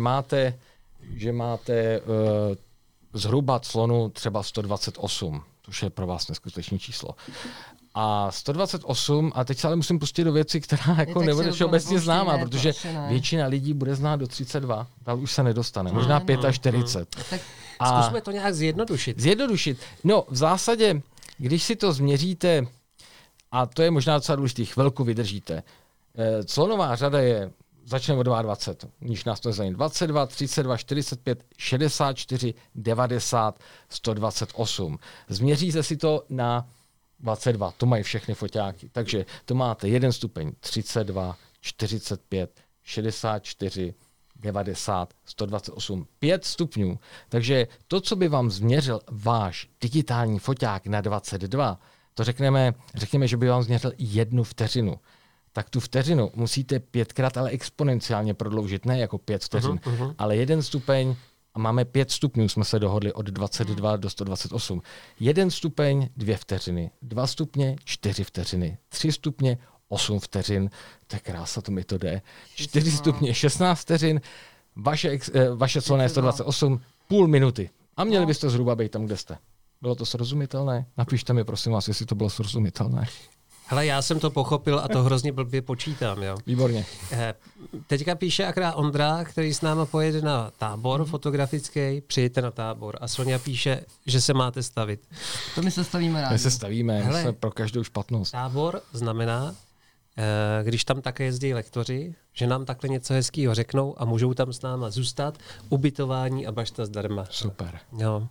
máte zhruba clonu třeba 128, což je pro vás neskutečné číslo. A 128, a teď se ale musím pustit do věci, která jako nebude všeobecně známá, protože většina lidí bude znát do 32, ale už se nedostane, možná 45. Zkusme to nějak zjednodušit. No, v zásadě, když si to změříte, a to je možná docela důležitý, chvilku vydržíte. Clonová řada začne od 22, níž nás to zajímá. 22, 32, 45, 64, 90, 128. Změříte si to na 22, to mají všechny foťáky. Takže to máte 1 stupeň 32, 45, 64, 90, 128, 5 stupňů. Takže to, co by vám změřil váš digitální foťák na 22, to řekněme, že by vám změřil 1 vteřinu. Tak tu vteřinu musíte 5krát, ale exponenciálně prodloužit, ne jako 5 vteřin, ale 1 stupeň, a máme 5 stupňů, jsme se dohodli od 22 do 128. 1 stupeň, 2 vteřiny, 2 stupně, 4 vteřiny, 3 stupně, 8 vteřin, to je krása, to mi to jde. 4 stupně, 16 vteřin, vaše clona je 128, půl minuty. A měli byste zhruba být tam, kde jste. Bylo to srozumitelné? Napište mi, prosím vás, jestli to bylo srozumitelné. Hele, já jsem to pochopil a to hrozně blbě počítám, jo. Výborně. Teďka píše akorát Ondra, který s náma pojede na tábor fotografický, přijďte na tábor. A Sonja píše, že se máte stavit. To my se stavíme rádi. My se stavíme, jsme pro každou špatnost. Tábor znamená, když tam také jezdí lektoři, že nám takhle něco hezkýho řeknou a můžou tam s náma zůstat, ubytování a bašta zdarma. Super. Jo.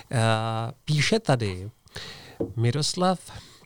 Píše tady Miroslav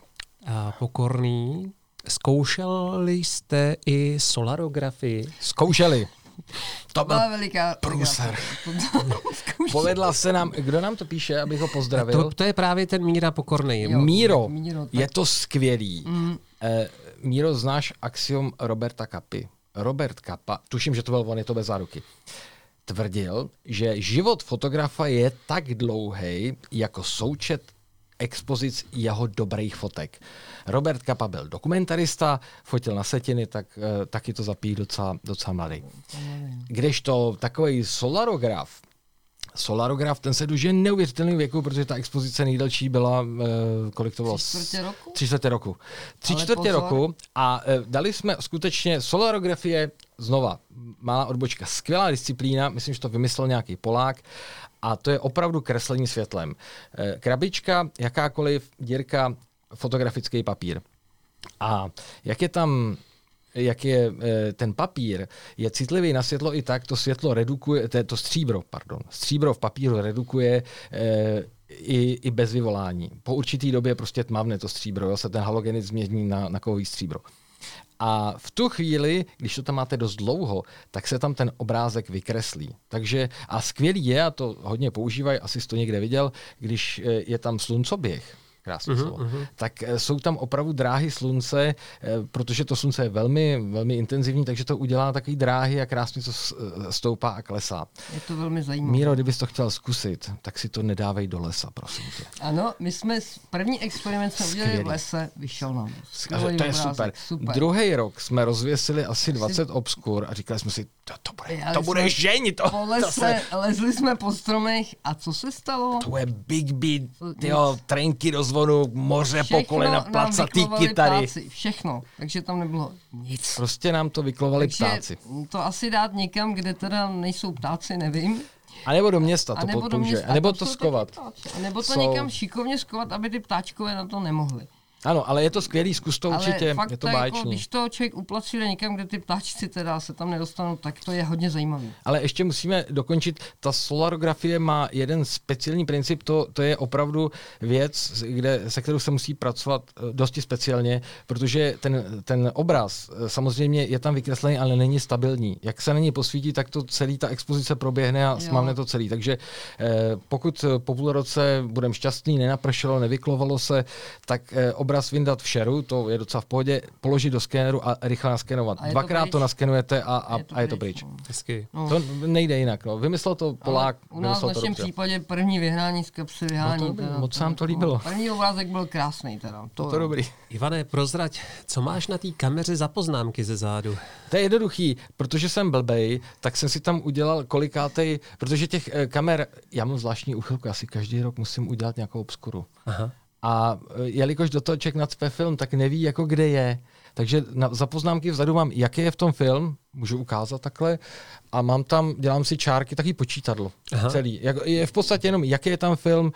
Pokorný, zkoušeli jste i solarografii? Zkoušeli. To byl veliká průser. Povedla se nám, kdo nám to píše, abych ho pozdravil? To je právě ten Míra Pokorný. Míro, je to skvělý. Míro, znáš axiom Roberta Capy? Robert Capa, tuším, že to byl on, je to bez záruky, tvrdil, že život fotografa je tak dlouhý jako součet expozic jeho dobrých fotek. Robert Capa byl dokumentarista, fotil na setiny, tak taky to zapíjí docela mladý. Kdežto takový solarograf, ten se dožije neuvěřitelný věku, protože ta expozice nejdelší byla, kolik to bylo? 3/4 roku? 3/4 roku. 3/4 roku a dali jsme skutečně solarografie, znova, malá odbočka, skvělá disciplína, myslím, že to vymyslel nějaký Polák, a to je opravdu kreslení světlem. Krabička, jakákoliv dírka, fotografický papír. A jak je ten papír, je citlivý na světlo i tak, to světlo redukuje, to stříbro v papíru redukuje i bez vyvolání. Po určitý době prostě tmavne to stříbro, se ten halogenid změní na kovový stříbro. A v tu chvíli, když to tam máte dost dlouho, tak se tam ten obrázek vykreslí. Takže a skvělý je, a to hodně používají, asi jsi to někde viděl, když je tam sluncoběh, krásné slovo, tak jsou tam opravdu dráhy slunce, protože to slunce je velmi, velmi intenzivní, takže to udělá takový dráhy a krásně to stoupá a klesá. Je to velmi zajímavé. Míro, kdybys to chtěl zkusit, tak si to nedávej do lesa, prosím tě. Ano, my jsme první experiment jsme udělali v lese, vyšel nám. To je super. Druhý rok jsme rozvěsili asi 20 obskur a říkali jsme si, to bude žení. Po lese lezli jsme po stromech a co se stalo? To je big beat, trenky do zvonu, moře po kolena, placatý kytary. Ptáci, všechno, takže tam nebylo nic. Prostě nám to vyklovali ptáci. To asi dát někam, kde teda nejsou ptáci, nevím. A nebo do města to použije. A nebo to skovat. A nebo to někam šikovně skovat, aby ty ptáčkové na to nemohly. Ano, ale je to skvělý, zkus to určitě, je to báječný. Jako, když to člověk uplacuje někam, kde ty ptáčci teda se tam nedostanou, tak to je hodně zajímavý. Ale ještě musíme dokončit, ta solarografie má jeden speciální princip, to je opravdu věc, se kterou se musí pracovat dosti speciálně, protože ten obraz samozřejmě je tam vykreslený, ale není stabilní. Jak se na něj posvítí, tak to celý ta expozice proběhne a smávne to celý. Takže pokud po půl roce budeme šťastný, nenapršelo, nevyklovalo se, tak obraz vyndat v šeru, to je docela v pohodě, položit do skéneru a rychle naskenovat. Dvakrát to naskenujete a je to pryč. No. To nejde jinak. No. Vymyslel to Polák. U nás v našem případě první vyhrání z kapsy vyhání. Moc se nám to líbilo. První obrázek byl krásný. Teda. To dobrý. Ivane, prozrať, co máš na té kameře za poznámky ze zádu? To je jednoduchý, protože jsem blbej, tak jsem si tam udělal kolikátej, protože těch kamer, já mám zvláštní úchylku, asi každý rok musím udělat nějakou obskuru. Aha. A jelikož do toho člověk nacpe film, tak neví, jako kde je. Takže za poznámky vzadu mám, jaký je v tom film, můžu ukázat takhle, a dělám si čárky, takový počítadlo. Aha. Celý. Je v podstatě jenom, jaký je tam film,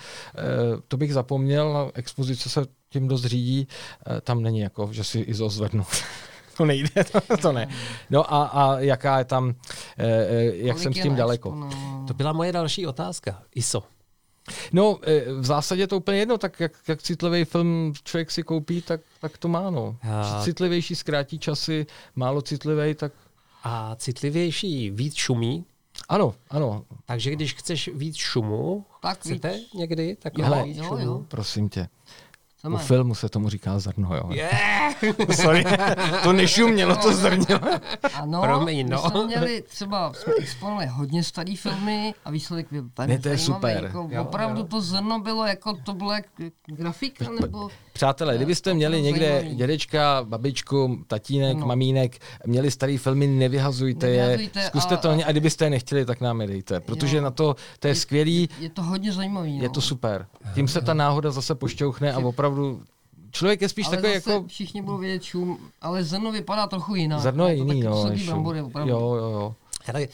to bych zapomněl, expozice se tím dost řídí, tam není jako, že si ISO zvednu. To nejde, to ne. No a jaká je tam, jak jsem s tím daleko. To byla moje další otázka, ISO. No, v zásadě to úplně jedno, tak jak citlivý film člověk si koupí, tak to má, no. Citlivější zkrátí časy, málo citlivý, tak... A citlivější víc šumí? Ano, ano. Takže když chceš víc šumu, tak chcete víc. někdy? Tak jo. Prosím tě. U filmu se tomu říká zrno, jo. Sorry, to nešumělo, to zrnilo. Ano, promiň, my jsme měli třeba, jsme exponovali hodně starý filmy a výsledek byl velmi to je super. Jako, opravdu to zrno bylo jako, to bylo jak grafika, nebo... Přátelé, kdybyste měli někde dědečka, babičku, tatínek, mamínek, měli starý filmy, nevyhazujte je, zkuste to, a kdybyste je nechtěli, tak nám je dejte, protože na to je skvělý. Je to hodně zajímavý. Je to super. Tím se ta náhoda zase pošťouchne a opravdu člověk je spíš takový jako... Všichni budou vědět šum, ale zrno vypadá trochu jinak. Zrno je jiný, no. Jo. Hele,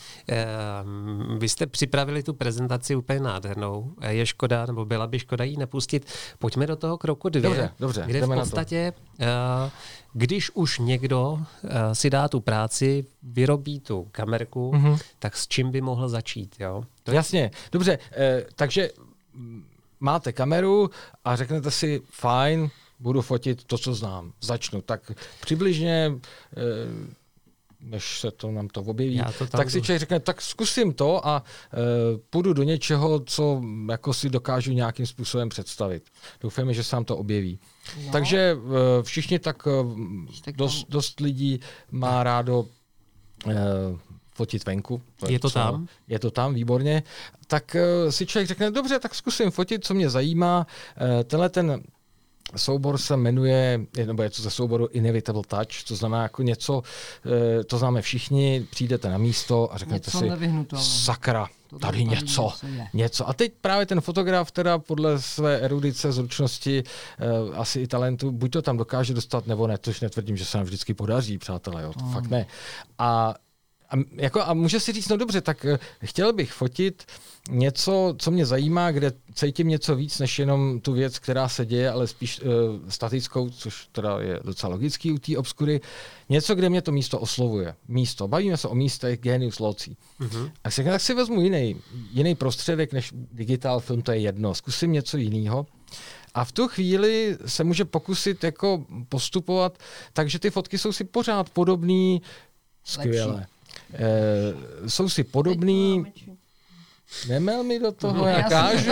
vy jste připravili tu prezentaci úplně nádhernou. Je škoda, nebo byla by škoda jí nepustit. Pojďme do toho kroku 2. Dobře, kde v podstatě, když už někdo si dá tu práci, vyrobí tu kamerku, tak s čím by mohl začít? Jo? Jasně, dobře. Takže máte kameru a řeknete si, fajn, budu fotit to, co znám. Začnu. Tak přibližně... než se to nám to objeví, tak si člověk řekne, tak zkusím to a půjdu do něčeho, co jako si dokážu nějakým způsobem představit. Doufáme, že se nám to objeví. No. Takže všichni dost lidí má rádo fotit venku. Je to tam, výborně. Tak si člověk řekne, dobře, tak zkusím fotit, co mě zajímá. Tenhle ten soubor se jmenuje, nebo je to ze souboru Inevitable Touch, to znamená jako něco, to známe všichni, přijdete na místo a řeknete si, sakra, tady něco. A teď právě ten fotograf, teda podle své erudice, zručnosti, asi i talentu, buď to tam dokáže dostat, nebo ne, tož netvrdím, že se nám vždycky podaří, přátelé, jo, to fakt ne. A může si říct, no dobře, tak chtěl bych fotit něco, co mě zajímá, kde cítím něco víc, než jenom tu věc, která se děje, ale spíš statickou, což teda je docela logický u té obskury. Něco, kde mě to místo oslovuje. Místo. Bavíme se o místech, genius loci. A tak si vezmu jiný prostředek než digitál film, to je jedno. Zkusím něco jiného. A v tu chvíli se může pokusit jako postupovat, takže ty fotky jsou si pořád podobný. Skvěle. Jsou si podobný. Nemel mi do toho, já kážu.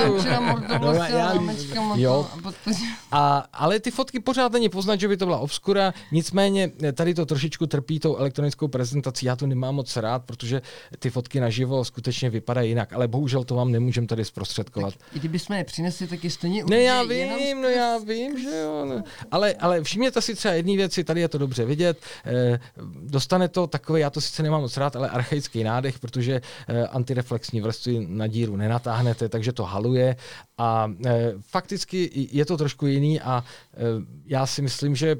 Ale ty fotky pořád není poznat, že by to byla obskura, nicméně tady to trošičku trpí tou elektronickou prezentací, já to nemám moc rád, protože ty fotky naživo skutečně vypadají jinak, ale bohužel to vám nemůžeme tady zprostředkovat. Tak, i kdybychom je přinesli, tak je stejně já vím, že jo. No. Ale všimněte si třeba jedné věci, tady je to dobře vidět, dostane to takové, já to sice nemám moc rád, ale archaický nádech, protože antireflexní vrstvy na díru nenatáhnete, takže to haluje a fakticky je to trošku jiný a já si myslím, že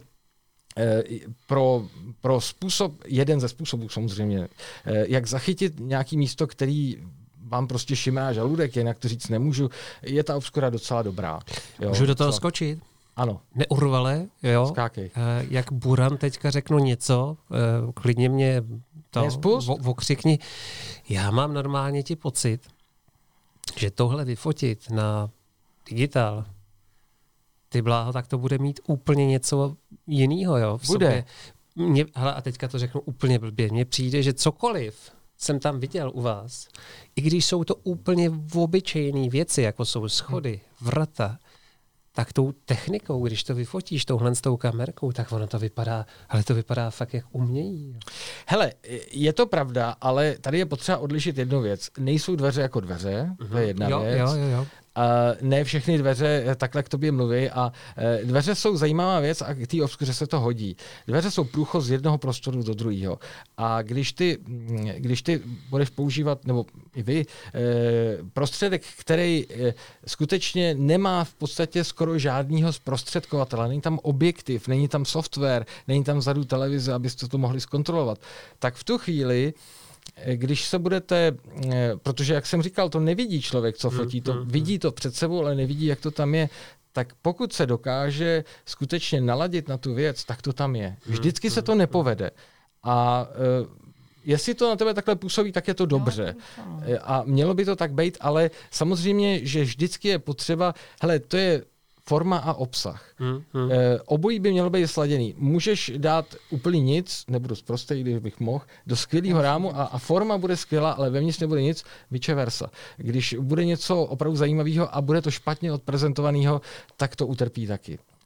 pro způsob, jeden ze způsobů samozřejmě, jak zachytit nějaký místo, který vám prostě šimrá žaludek, jinak to říct nemůžu, je ta obskura docela dobrá. Jo, můžu do toho skočit? Ano. Neurvale, jo? Skákej. Jak Buran teďka řeknu něco, klidně mě to okřikni. Já mám normálně ti pocit, že tohle vyfotit na digitál, ty bláho, tak to bude mít úplně něco jiného, jo? V sobě. Hele, a teďka to řeknu úplně blbě. Mně přijde, že cokoliv jsem tam viděl u vás, i když jsou to úplně obyčejné věci, jako jsou schody, vrata, tak tou technikou, když to vyfotíš touhle s tou kamerkou, tak ono to vypadá fakt jak umění. Hele, je to pravda, ale tady je potřeba odlišit jednu věc. Nejsou dveře jako dveře, to je jedna věc. Jo. Ne všechny dveře takhle k tobě mluví a dveře jsou zajímavá věc a k té obskuře se to hodí. Dveře jsou průchod z jednoho prostoru do druhého. A když ty budeš používat, nebo i vy, prostředek, který skutečně nemá v podstatě skoro žádného zprostředkovatele, není tam objektiv, není tam software, není tam vzadu televize, abyste to mohli zkontrolovat, tak v tu chvíli když se budete, protože jak jsem říkal, to nevidí člověk, co fotí, to vidí to před sebou, ale nevidí, jak to tam je, tak pokud se dokáže skutečně naladit na tu věc, tak to tam je. Vždycky se to nepovede. A jestli to na tebe takhle působí, tak je to dobře. A mělo by to tak být, ale samozřejmě, že vždycky je potřeba, hele, to je forma a obsah. Obojí by mělo být sladěný. Můžeš dát úplně nic, nebudu zprostej, když bych mohl, do skvělého rámu a forma bude skvělá, ale vevnitř nebude nic, vice versa. Když bude něco opravdu zajímavého a bude to špatně odprezentovaného, tak to utrpí taky.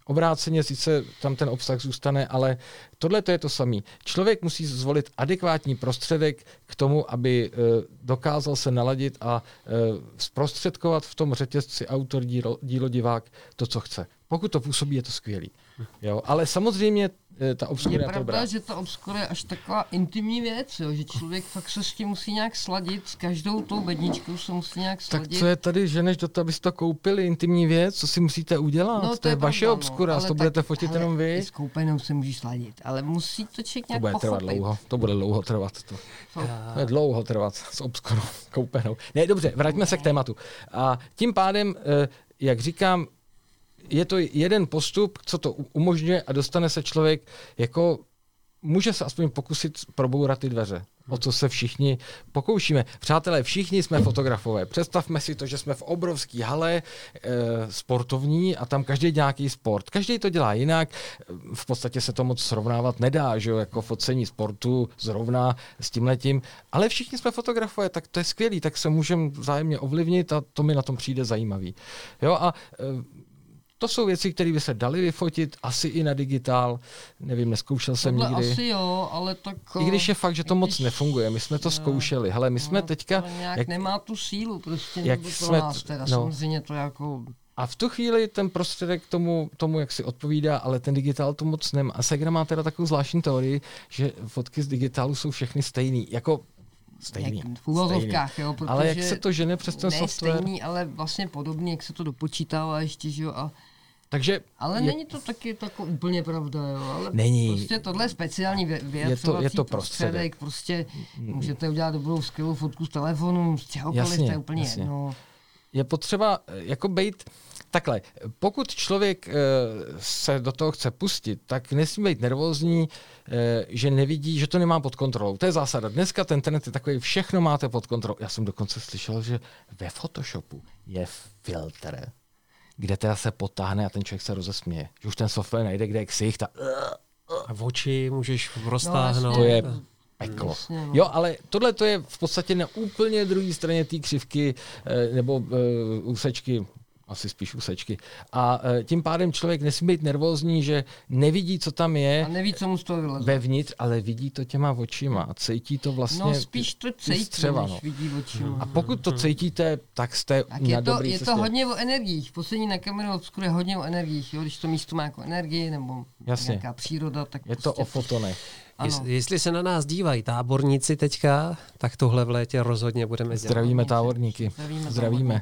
Obráceně sice tam ten obsah zůstane, ale tohle to je to samé. Člověk musí zvolit adekvátní prostředek k tomu, aby dokázal se naladit a zprostředkovat v tom řetězci autor, dílo, divák to, co chce. Pokud to působí, je to skvělý. Jo? Ale samozřejmě ta obskura je pravda, že ta obskura je až taková intimní věc, jo? Že člověk fakt se s tím musí nějak sladit, s každou tou bedničkou se musí nějak sladit. Tak co je tady, že než do toho, abyste to koupili, intimní věc, co si musíte udělat? No, to je vaše obskura, to budete fotit jenom vy. S koupenou se můžeš sladit, ale musí to člověk nějak pochopit. To bude dlouho trvat. To bude dlouho trvat s obskurou koupenou. Ne, dobře, vraťme se k tématu. A tím pádem, jak říkám, je to jeden postup, co to umožňuje a dostane se člověk jako, může se aspoň pokusit probourat ty dveře. O co se všichni pokoušíme. Přátelé, všichni jsme fotografové. Představme si to, že jsme v obrovský hale sportovní a tam každý nějaký sport. Každý to dělá jinak. V podstatě se to moc srovnávat nedá, že jo, jako focení sportu zrovna s tímhletím. Ale všichni jsme fotografové, tak to je skvělý, tak se můžeme vzájemně ovlivnit a to mi na tom přijde zajímavý. Jo, a to jsou věci, které by se daly vyfotit, asi i na digitál. Nevím, neskoušel jsem nikdy. Asi jo, ale tak... I když je fakt, že to moc nefunguje. My jsme to zkoušeli. Hele, my jsme teďka... To nějak nemá tu sílu, prostě jak pro nás teda. Samozřejmě to jako... A v tu chvíli ten prostředek tomu, jak si odpovídá, ale ten digitál to moc nemá. A Segra má teda takovou zvláštní teorii, že fotky z digitálu jsou všechny stejný. Jako stejný. V úvozovkách, jo, protože... Ale jak se to žene přes ten software? Stejný, ale vlastně podobně, jak se to dopočítává ještě, že jo, a... Takže ale není to taky tako úplně pravda, jo, ale není. Prostě tohle je speciální věc, je to prostředek. Prostě můžete udělat dobrou skvělou fotku z telefonu, z čehokoliv, to je úplně jedno. Je potřeba jako bejt takhle, pokud člověk se do toho chce pustit, tak nesmí být nervózní, že nevidí, že to nemá pod kontrolou. To je zásada. Dneska ten internet je takový, všechno máte pod kontrolou. Já jsem dokonce slyšel, že ve Photoshopu je filtr, kde teda se potáhne a ten člověk se rozesměje. Že už ten software najde, kde je ksicht a v oči můžeš roztáhnout. To je peklo. Vlastně, no. Jo, ale tohle to je v podstatě na úplně druhé straně té křivky nebo úsečky, asi spíš úsečky. A tím pádem člověk nesmí být nervózní, že nevidí, co tam je. A neví, co mu z toho vyleze. Vevnitř, ale vidí to těma očima a cítí to vlastně. No spíš to cítí, než vidí očima. A pokud to cítíte, tak jste tak na dobrý cestě. Je to hodně o energiích. Poslední na kameru obskure hodně o energiích. Jo? Když to místo má jako energii nebo nějaká příroda, tak je prostě to o fotonech. Jestli se na nás dívají táborníci teďka, tak tohle v létě rozhodně budeme dělat. Zdravíme táborníky. Zdravíme.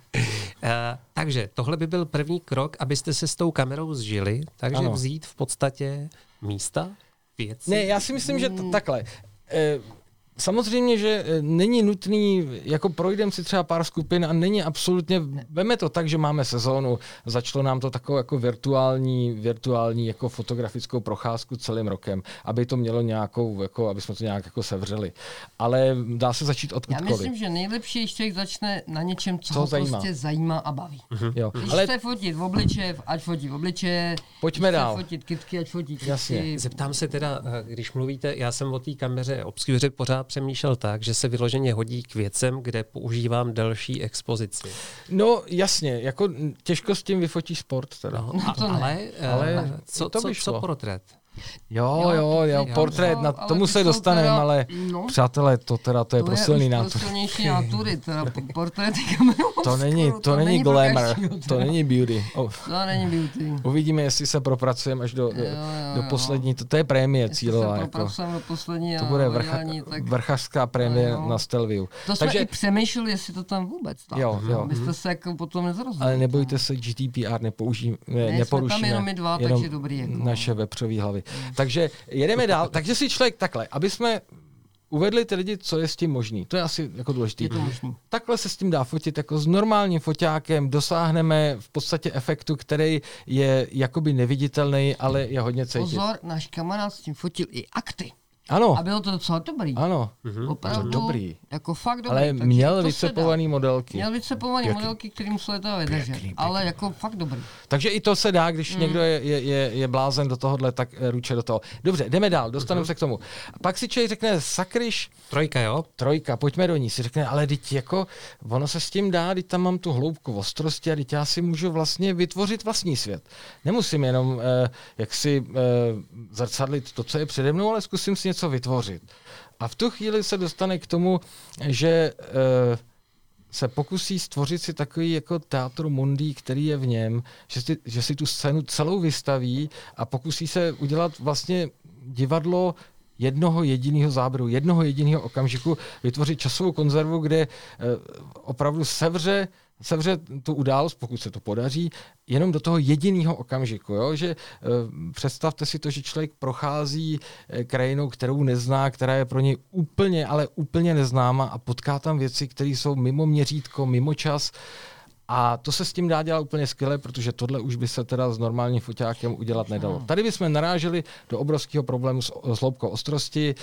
Takže tohle by byl první krok, abyste se s tou kamerou zžili, takže vzít v podstatě místa, věci. Ne, já si myslím, že takhle. Samozřejmě, že není nutný, jako projdeme si třeba pár skupin a není absolutně, veme to tak, že máme sezónu, začalo nám to takovou jako virtuální jako fotografickou procházku celým rokem, aby to mělo nějakou, jako, aby jsme to nějak jako sevřeli. Ale dá se začít odkudkoliv. Já myslím, že nejlepší, když člověk začne na něčem, co ho prostě zajímá a baví. Jo. Když chce fotit v obličeje, ať fotí v obličeje. Pojďme dál. Fotit kytky, ať fotí kytky. Jasně. Zeptám se teda, když mluvíte, já jsem o té kameře obskuře pořád přemýšlel tak, že se vyloženě hodí k věcem, kde používám delší expozici. No jasně, jako těžko s tím vyfotíš sport teda. No, ale co portrét? Jo, portrét, na tomu se dostaneme, ale přátelé, to je pro silný nátur. To je silnější nátury, teda portréty kamerou. To není glamour, to není beauty. To není beauty. Uvidíme, jestli se propracujeme až do poslední, to je prémie cílová. Do poslední to bude vrchařská prémie na Stelviu. To jsme i přemýšleli, jestli to tam vůbec tak. Jo. Abyste se jako potom nezarozumili. Ale nebojte se, GDPR neporušíme. Jsme tam jenom my dva, takže dobrý. Jako. Naše vepřový hlavy. Takže jedeme dál. Takže si člověk takhle, aby jsme uvedli ty lidi, co je s tím možný. To je asi jako důležitý. Takhle se s tím dá fotit jako s normálním foťákem, dosáhneme v podstatě efektu, který je jakoby neviditelný, ale je hodně cítit. Pozor, náš kamarád s tím fotil i akty. Ano. A bylo to docela dobrý. Ano. Opravdu. Dobrý. Jako fakt dobrý. Ale měl vycepovaný modelky. Měl vycepovaný modelky, který musel teda vydržet. Pěkný. Ale jako fakt dobrý. Takže i to se dá, když někdo je blázen do tohohle, tak ruče do toho. Dobře, jdeme dál, dostaneme se k tomu. Pak si člověk řekne, sakryš. Trojka, jo? Trojka, pojďme do ní. Si řekne, ale teď jako, ono se s tím dá, teď tam mám tu hloubku ostrosti a teď já si můžu vlastně vytvořit vlastní svět. Nemusím jenom zrcadlit to, co je přede mnou, ale zkusím si něco vytvořit. A v tu chvíli se dostane k tomu, že se pokusí stvořit si takový jako teatro mundi, který je v něm, že si tu scénu celou vystaví a pokusí se udělat vlastně divadlo jednoho jediného záběru, jednoho jediného okamžiku, vytvořit časovou konzervu, kde opravdu sevře tu událost, pokud se to podaří, jenom do toho jediného okamžiku. Jo? Že představte si to, že člověk prochází krajinou, kterou nezná, která je pro něj úplně, ale úplně neznáma a potká tam věci, které jsou mimo měřítko, mimo čas. A to se s tím dá dělat úplně skvěle, protože tohle už by se teda s normálním foťákem udělat nedalo. Tady bychom naráželi do obrovského problému s hloubkou ostrosti,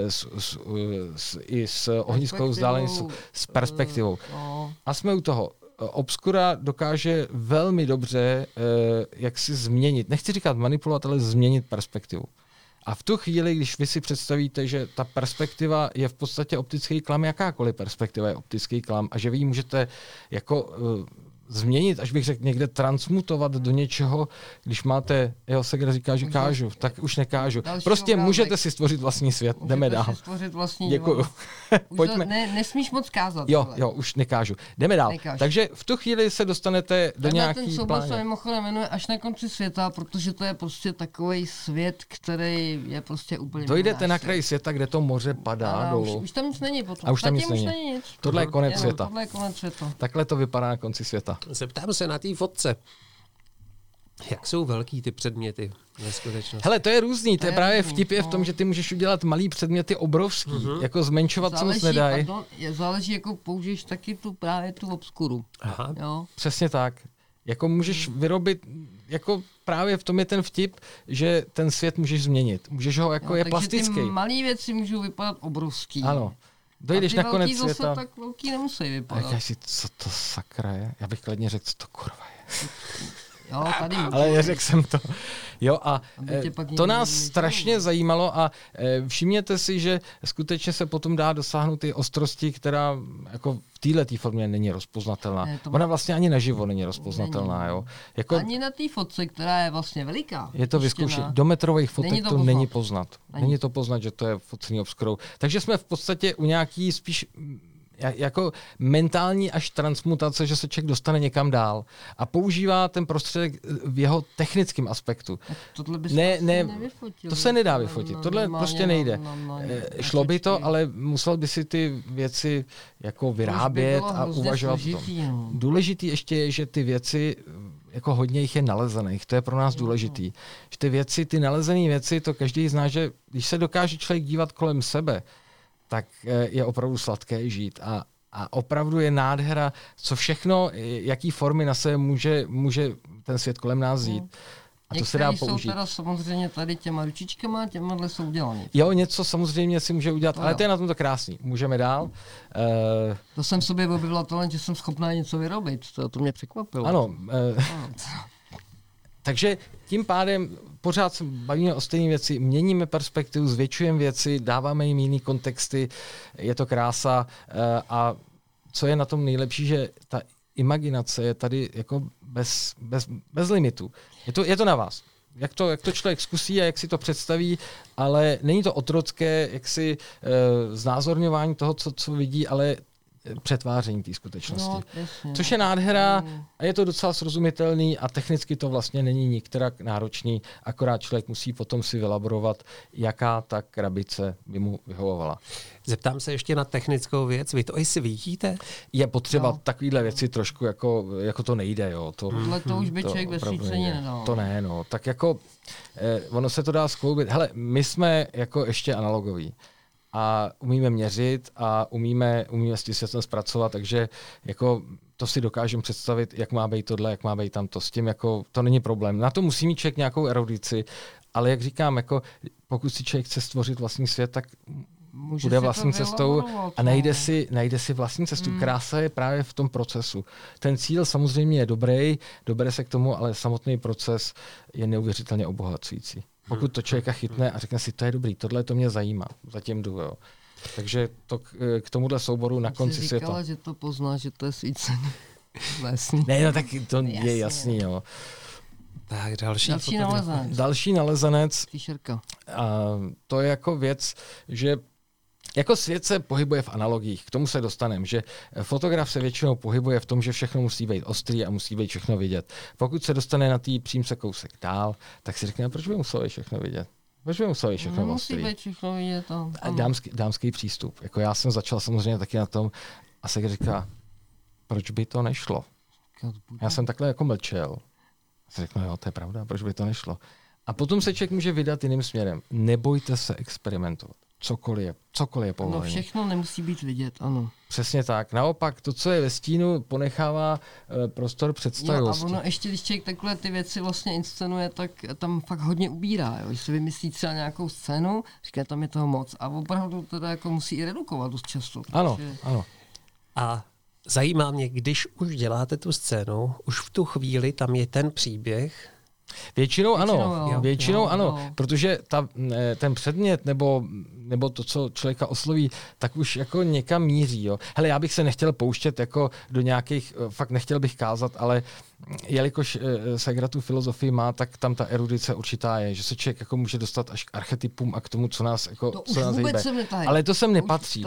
i s ohniskovou vzdáleností, s perspektivou. A jsme u toho. Obscura dokáže velmi dobře jak si změnit, nechci říkat manipulovat, ale změnit perspektivu. A v tu chvíli, když vy si představíte, že ta perspektiva je v podstatě optický klam, jakákoliv perspektiva je optický klam a že vy ji můžete jako změnit, až bych řekl někde transmutovat do něčeho, když máte, Seger říká, že kážu, tak už nekážu. Prostě můžete si stvořit vlastní svět, jdeme dál. Děkuju. Pojďme. Nesmíš moc kázat. Jo, už nekážu. Jdeme dál. Takže v tu chvíli se dostanete do nějaký ten soubor se mimochodem jmenuje Až na konci světa, protože to je prostě takový svět, který je prostě úplně... Dojdete na kraj světa, kde to moře padá dolů. Už tam nic není potom. A už tam nic není. Tohle je konec světa. Takhle to vypadá na konci světa. Zeptám se na té fotce. Jak jsou velký ty předměty ve skutečnosti? Hele, to je různý. To je právě vtip je v tom, že ty můžeš udělat malý předměty obrovský. Jako zmenšovat se moc nedají. Záleží, jako použiješ taky právě tu obskuru. Aha. Jo? Přesně tak. Jako můžeš vyrobit, jako právě v tom je ten vtip, že ten svět můžeš změnit. Můžeš ho, jako je plastický. Takže ty malé věci můžou vypadat obrovský. Ano. Dojdeš na konec světa. Tak velký nemusí vypadat. Říkáš si, co to sakra je? Já bych klidně řekl, co to kurva je. Jo, tady ale neřekl jsem to. Jo, a to nás strašně zajímalo a všimněte si, že skutečně se potom dá dosáhnout ty ostrosti, která jako v této formě není rozpoznatelná. Ona vlastně ani naživo není rozpoznatelná. Jo. Jako, ani na té fotce, která je vlastně veliká. Je to vyzkoušet. Do metrových fotek to není poznat. Není to poznat, že to je focený obskurou. Takže jsme v podstatě u nějaký spíš jako mentální až transmutace, že se člověk dostane někam dál a používá ten prostředek v jeho technickém aspektu. Tohle by se nevyfotil. To se nedá vyfotit, tohle prostě nejde. Šlo by to, ale musel by si ty věci jako vyrábět a uvažovat o tom. Důležitý ještě je, že ty věci, jako hodně jich je nalezených, to je pro nás důležitý. Že ty věci, ty nalezené věci, to každý zná, že když se dokáže člověk dívat kolem sebe, tak je opravdu sladké žít. A opravdu je nádhera, co všechno, jaký formy na sebe může ten svět kolem nás jít. A to se dá použít. Jsou teda samozřejmě tady těma ručičkama, těmahle jsou udělaný. Jo, něco samozřejmě si může udělat, ale to je na tom to krásný. Můžeme dál. To jsem v sobě objevila talent, že jsem schopná něco vyrobit. To mě překvapilo. Ano. Takže tím pádem pořád se bavíme o stejné věci, měníme perspektivu, zvětšujeme věci, dáváme jim jiný kontexty, je to krása a co je na tom nejlepší, že ta imaginace je tady jako bez limitů. Je to na vás. Jak to člověk zkusí a jak si to představí, ale není to otrocké jaksi znázorňování toho, co vidí, ale přetváření té skutečnosti. No, což je nádhera a je to docela srozumitelný a technicky to vlastně není nikterak náročný, akorát člověk musí potom si vylaborovat, jaká ta krabice by mu vyhovovala. Zeptám se ještě na technickou věc. Vy to i si vidíte? Je potřeba takovýhle věci trošku, jako to nejde. Jo. To už by člověk bez svícení nedal. To ne, no. Tak jako ono se to dá skloubit. Hele, my jsme jako ještě analogoví. A umíme měřit a umíme s tím světem zpracovat, takže jako to si dokážeme představit, jak má být tohle, jak má být tamto. S tím jako to není problém. Na to musí mít člověk nějakou erudici ale jak říkám, jako pokud si člověk chce stvořit vlastní svět, tak bude vlastní cestou a najde si vlastní cestu. Krása je právě v tom procesu. Ten cíl samozřejmě je dobrý, dobere se k tomu, ale samotný proces je neuvěřitelně obohacující. Pokud to člověka chytne a řekne si, to je dobrý, tohle to mě zajímá, zatím jdu. Jo. Takže to k tomuhle souboru na konci světa. Říkala, že to pozná, že to je svícený. Lesný. Ne, no tak to je jasný, jo. Tak další nalezenec. Fíšerka. To je jako věc, že jako svět se pohybuje v analogiích, k tomu se dostaneme, že fotograf se většinou pohybuje v tom, že všechno musí být ostrý a musí být všechno vidět. Pokud se dostane na tý přijím se kousek dál, tak si řekne, proč by muselo být všechno vidět? Proč by muselo být všechno ostrý? Musí být všechno vidět. Dámský přístup. Jako já jsem začal samozřejmě taky na tom a se říká, proč by to nešlo? Já jsem takhle jako mlčel. A se řeknu, jo, to je pravda, proč by to nešlo? A potom se člověk může vydat jiným směrem. Nebojte se experimentovat. Cokoliv je povolené. No všechno nemusí být vidět, ano. Přesně tak. Naopak, to, co je ve stínu, ponechává prostor představivosti. A ono ještě, když člověk takhle ty věci vlastně inscenuje, tak tam fakt hodně ubírá. Jo? Když se vymyslí třeba nějakou scénu, říká, tam je toho moc. A opravdu teda jako musí i redukovat dost často. Ano. A zajímá mě, když už děláte tu scénu, už v tu chvíli tam je ten příběh. Většinou ano, protože ten předmět nebo to, co člověka osloví, tak už jako někam míří. Jo. Hele, já bych se nechtěl pouštět jako do nějakých, fakt nechtěl bych kázat, ale jelikož Segra tu filozofii má, tak tam ta erudice určitá je, že se člověk jako může dostat až k archetypům a k tomu, co nás jako hýbe. Ale to sem nepatří.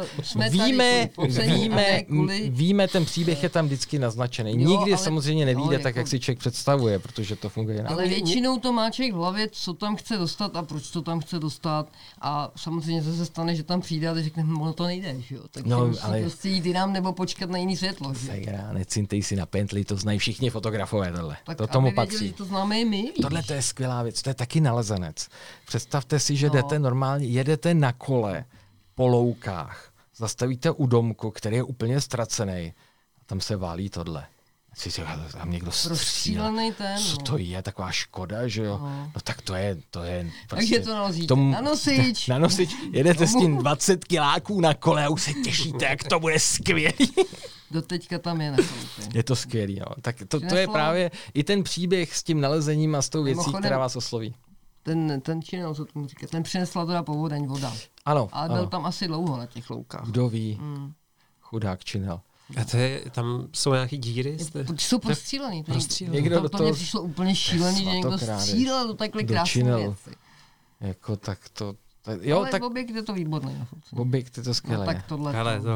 Víme, ten příběh je tam vždycky naznačený. Nikdy samozřejmě nevíde tak, jak si člověk představuje, protože to funguje jinak. Ale většinou to má člověk v hlavě, co tam chce dostat a proč to tam chce dostat. A samozřejmě se stane, že tam přijde a řekne, ono to nejde, že jo. Tak ale prostě jít jinam nebo počkat na jiný světlo. Segra, necintej si na pentli, to znají všichni fotografové tohle. Tak to tomu věděli, patří. že to známe i my. Tohle to je skvělá věc, to je taky nalezenec. Představte si, že jdete normálně, jedete na kole po loukách, zastavíte u domku, který je úplně ztracený a tam se válí tohle. Tam někdo střílel. Co to je, taková škoda, že jo? No tak to je prostě... Takže to nalozíte na nosič. Na nosič, jedete s tím 20 kiláků na kole a už se těšíte, jak to bude skvělý. Doteďka tam je na koupě. Je to skvělý, jo. Tak to je právě i ten příběh s tím nalezením a s tou věcí, která vás osloví. Ten činel, co tomu říká, ten přinesla teda povodeň voda. Ano. Ale byl tam asi dlouho na těch loukách. Kdo ví. Chudák činel. A tam jsou nějaký díry? Jsou prostřílený. Někdo to mě přišlo úplně šílený, že někdo střílel do takhle krásné věci. Jako tak to... Jo, ale tak objekt je to výborný. Objekt je to skvělé. No, tak tohle.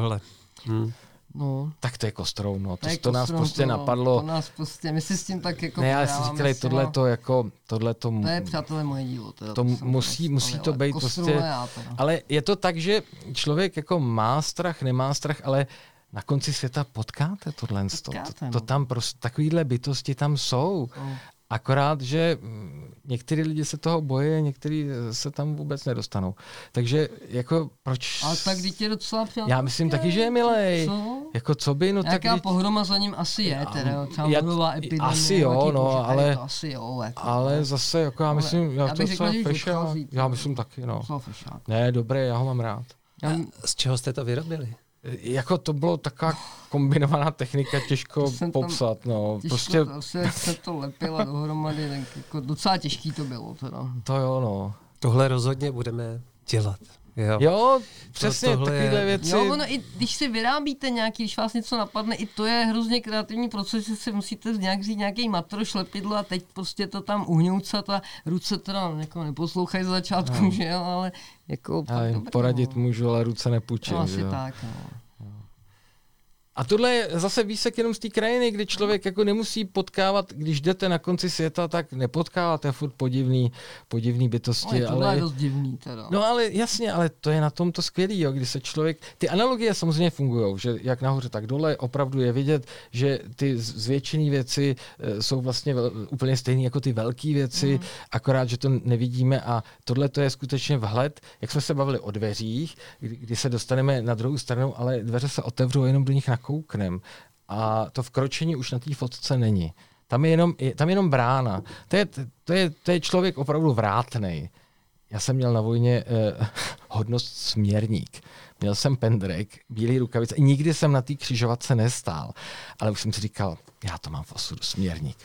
No. Tak to je kostrou, no. To nás prostě napadlo. To nás prostě, my si s tím tak jako... Ne, já si říkali, tohleto... To je, přátelé, moje dílo. To musí to být prostě... Ale je to tak, že člověk jako má strach, nemá strach, ale na konci světa potkáte tohle. To tam prostě, takovýhle bytosti tam jsou. Akorát, že některý lidi se toho bojí, některý se tam vůbec nedostanou. Takže jako proč... Ale tak dítě je docela přátelé. Já myslím taky, že je milej. Jako co by, no nějaká tak... pohroma za ním asi je, teda třeba morová epidemie. Asi jo, no, ale... Asi jo, jako, ale zase, jako já myslím, já bych řekl, že fešák. Já myslím taky, no. Ne, dobré, já ho mám rád. Z čeho jste to vyrobili? Jako to bylo taková kombinovaná technika, těžko popsat, no. Prostě se to lepilo dohromady, tak jako docela těžký to bylo teda. To jo, no. Tohle rozhodně budeme dělat. Jo, přesně, takovéhle věci. Jo, ono i když si vyrábíte nějaký, když vás něco napadne, i to je hrozně kreativní proces, že si musíte nějak říct nějaký matroš, lepidlo a teď prostě to tam uhňoucat a ruce teda jako neposlouchají z začátku, že jo, ale jako... Ale dobrý, poradit můžu, ale ruce nepůjčím, no, asi jo. tak, no. A tohle je zase výsek jenom z té krajiny, kdy člověk jako nemusí potkávat, když jdete na konci světa, tak nepotkáváte furt podivný bytosti. No, tohle je dost divný teda. No ale jasně, ale to je na tom to skvělý, jo, kdy se člověk... Ty analogie samozřejmě fungují, že jak nahoře, tak dole opravdu je vidět, že ty zvětšené věci jsou vlastně úplně stejné jako ty velké věci, akorát, že to nevidíme a tohle to je skutečně vhled, jak jsme se bavili o dveřích, kdy se dostaneme na druhou stranu, ale dveře se otevřou, jenom do nich nakouknem. A to vkročení už na té fotce není. Tam je jenom brána. To je člověk opravdu vrátnej. Já jsem měl na vojně hodnost směrník. Měl jsem pendrek, bílý rukavice. Nikdy jsem na té křižovatce nestál. Ale už jsem si říkal, já to mám v osudu, směrník.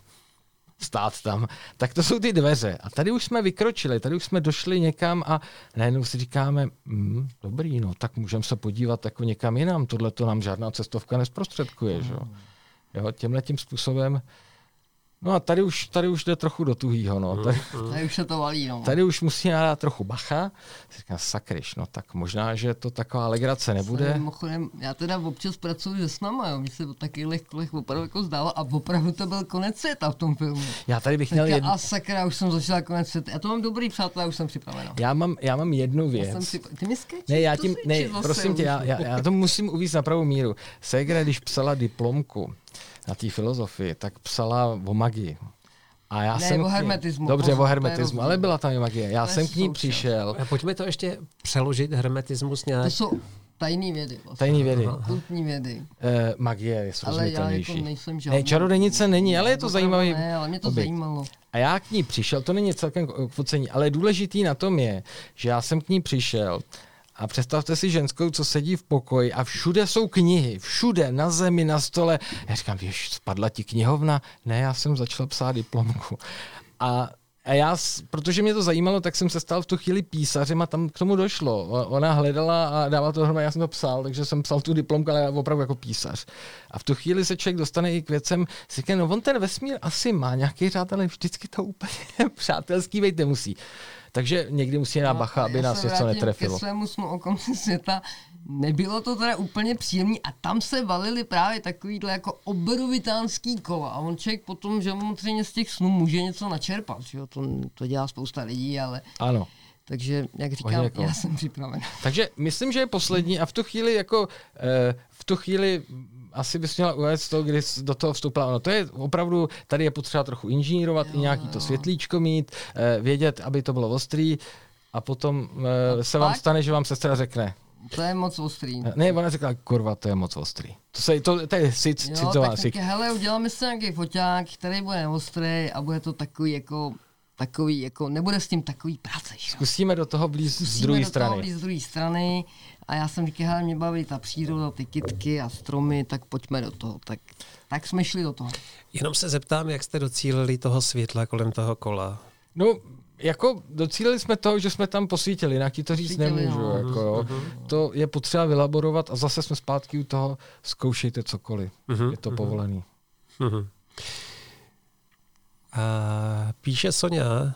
Stát tam. Tak to jsou ty dveře. A tady už jsme vykročili, tady už jsme došli někam a najednou si říkáme, dobrý, no, tak můžeme se podívat jako někam jinam. Tohle to nám žádná cestovka nezprostředkuje. Že? Jo, tímhletím způsobem. No a tady už jde trochu do tuhýho. No. Tady už se to valí. No. Tady už musí dát trochu bacha. Říkám, sakryš, no tak možná, že to taková legrace nebude. Mimochodem, já teda občas pracuji se snama, jo. Mně se o takových kolech opravdu jako zdálo a opravdu to byl konec světa v tom filmu. Já tady bych měl A sakra, už jsem začal konec světa. Já to mám dobrý, přátelé, už jsem připraven. Já mám jednu věc. Ty mi skeč? Ne, prosím tě, já to musím uvést na pravou míru. Ségra, když psala diplomku na té filozofii, tak psala o magii. A já jsem o hermetismu. Dobře, o hermetismu, ale byla tam i magie. Já jsem k ní přišel. A pojďme to ještě přeložit, hermetismus nějak. To jsou tajný vědy. Vlastně. Tajný vědy. Kultní vědy. Magie je srozumitelnější. Ale já jako nejsem žádný. Ne, čarodějnice není, ale je to zajímavý. Ne, ale mě to zajímalo. A já k ní přišel, to není celkem k focení, ale důležitý na tom je, že já jsem k ní přišel a představte si ženskou, co sedí v pokoji a všude jsou knihy, všude, na zemi, na stole. Já říkám, víš, spadla ti knihovna? Ne, já jsem začal psát diplomku. A já, protože mě to zajímalo, tak jsem se stal v tu chvíli písařem a tam k tomu došlo. Ona hledala a dávala to dohromady, já jsem to psal, takže jsem psal tu diplomku, ale opravdu jako písař. A v tu chvíli se člověk dostane i k věcem, si říká, no on ten vesmír asi má nějaký řád, ale vždycky to úplně přátelský být nemusí. Takže někdy musí dát bacha, aby nás něco netrefilo. Ke svému snu o konci světa nebylo to teda úplně příjemný a tam se valily právě takovýhle jako obrovitánský kola a on člověk potom, že samozřejmě z těch snů může něco načerpat, že jo? To dělá spousta lidí, ale... Ano. Takže, jak říkám, já jsem připraven. Takže myslím, že je poslední a v tu chvíli asi bys měla uvést to, kdy do toho vstoupila. No to je opravdu, tady je potřeba trochu inženýrovat, i nějaký to světlíčko mít, vědět, aby to bylo ostrý a potom se vám stane, že vám sestra řekne. To je moc ostrý. Ne, ona řekla, kurva, to je moc ostrý. To je citová. Tak hele, uděláme si nějaký foťák, který bude ostrý a bude to takový jako, nebude s tím takový práce. Zkusíme do toho blíz z druhé strany. A já jsem říkal, hele, mě baví ta příroda, ty kytky a stromy, tak pojďme do toho. Tak jsme šli do toho. Jenom se zeptám, jak jste docílili toho světla kolem toho kola? No, jako docílili jsme toho, že jsme tam posvítili, jinak ti to říct nemůžu. No. Jako, jo. To je potřeba vylaborovat a zase jsme zpátky u toho, zkoušejte cokoliv. Je to povolený. A píše Soňa,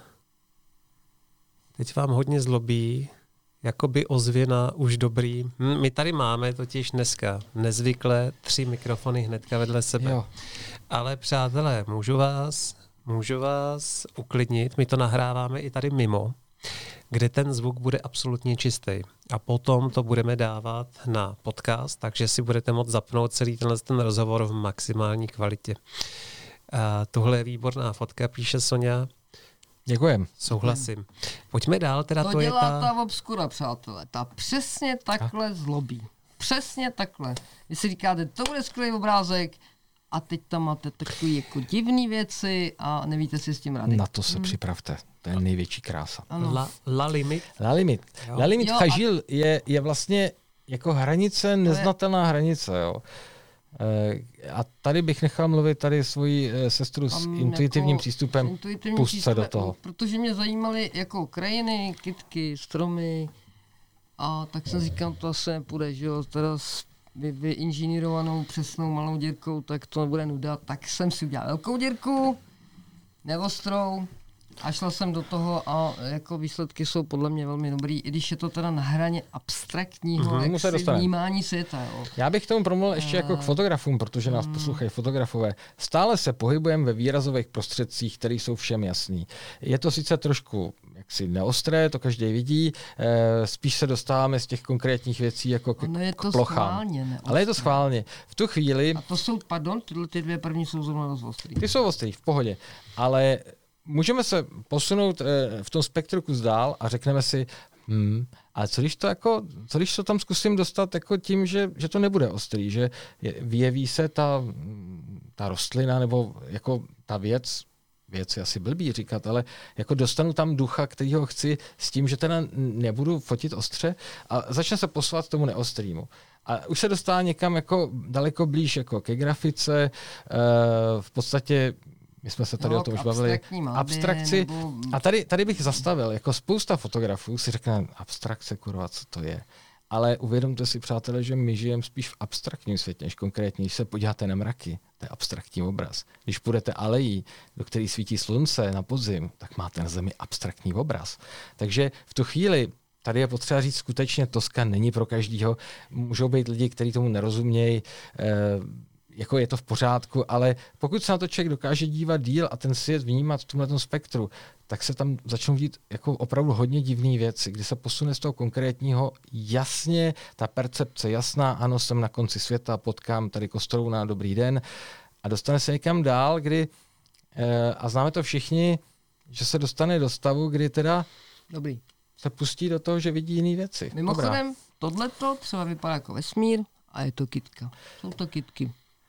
teď vám hodně zlobí, jakoby ozvěna už dobrý. My tady máme totiž dneska nezvykle 3 mikrofony hnedka vedle sebe. Jo. Ale přátelé, můžu vás uklidnit, my to nahráváme i tady mimo, kde ten zvuk bude absolutně čistý. A potom to budeme dávat na podcast, takže si budete moct zapnout celý ten rozhovor v maximální kvalitě. A tohle je výborná fotka, píše Soňa. Děkujem. Souhlasím. Pojďme dál. Teda to dělá ta obskura, přátelé. Ta přesně takhle zlobí. Přesně takhle. Vy si říkáte, to bude skvělý obrázek a teď tam máte takové jako divné věci a nevíte si s tím rady. Na to se připravte. To je největší krása. La limit. La limit Chagil je vlastně jako hranice, neznatelná hranice. Jo. A tady bych nechal mluvit tady svoji sestru s intuitivním přístupem. Pust se do toho. Protože mě zajímaly jako krajiny, kytky, stromy a tak jsem říkal, to asi nepůjde, že jo, teda s vyinženýrovanou přesnou malou dírkou, tak to nebude nuda. Tak jsem si udělal velkou dírku, neostrou a šel jsem do toho a jako výsledky jsou podle mě velmi dobrý, i když je to teda na hraně abstraktního vnímání světa. Jo. Já bych k tomu promluvil ještě jako k fotografům, protože nás poslouchají fotografové. Stále se pohybujeme ve výrazových prostředcích, které jsou všem jasný. Je to sice trošku jaksi neostré, to každý vidí, spíš se dostáváme z těch konkrétních věcí jako k plochám. Ale je to schválně. V tu chvíli... A to jsou, ty 2 první jsou zrovna dost ostrý. Ty jsou ostrý, v pohodě. Ale můžeme se posunout v tom spektru kus dál a řekneme si, ale co když to tam zkusím dostat jako tím, že to nebude ostrý, že vyjeví se ta rostlina nebo jako ta věc je asi blbý říkat, ale jako dostanu tam ducha, kterýho chci s tím, že teda nebudu fotit ostře a začne se posouvat tomu neostrýmu. A už se dostává někam jako daleko blíž jako ke grafice, v podstatě my jsme se tady o tom už bavili, abstrakci. Nebo... A tady bych zastavil, jako spousta fotografů si řekne, abstrakce, kurva, co to je. Ale uvědomte si, přátelé, že my žijeme spíš v abstraktním světě, než konkrétně. Když se podíváte na mraky, to je abstraktní obraz. Když půjdete alejí, do který svítí slunce na podzim, tak máte na zemi abstraktní obraz. Takže v tu chvíli tady je potřeba říct, skutečně Toska není pro každýho. Můžou být lidi, kteří tomu nerozumějí, jako je to v pořádku, ale pokud se na to člověk dokáže dívat díl a ten svět vnímat v tomhletom spektru, tak se tam začnou dít jako opravdu hodně divné věci, kdy se posune z toho konkrétního jasně, ta percepce jasná, ano, jsem na konci světa, potkám tady Kostrouna, dobrý den, a dostane se někam dál, kdy, a známe to všichni, že se dostane do stavu, kdy teda dobrý. Se pustí do toho, že vidí jiné věci. Mimochodem, tohleto třeba vypadá jako vesmír a je to kytka. Jsou to kytky.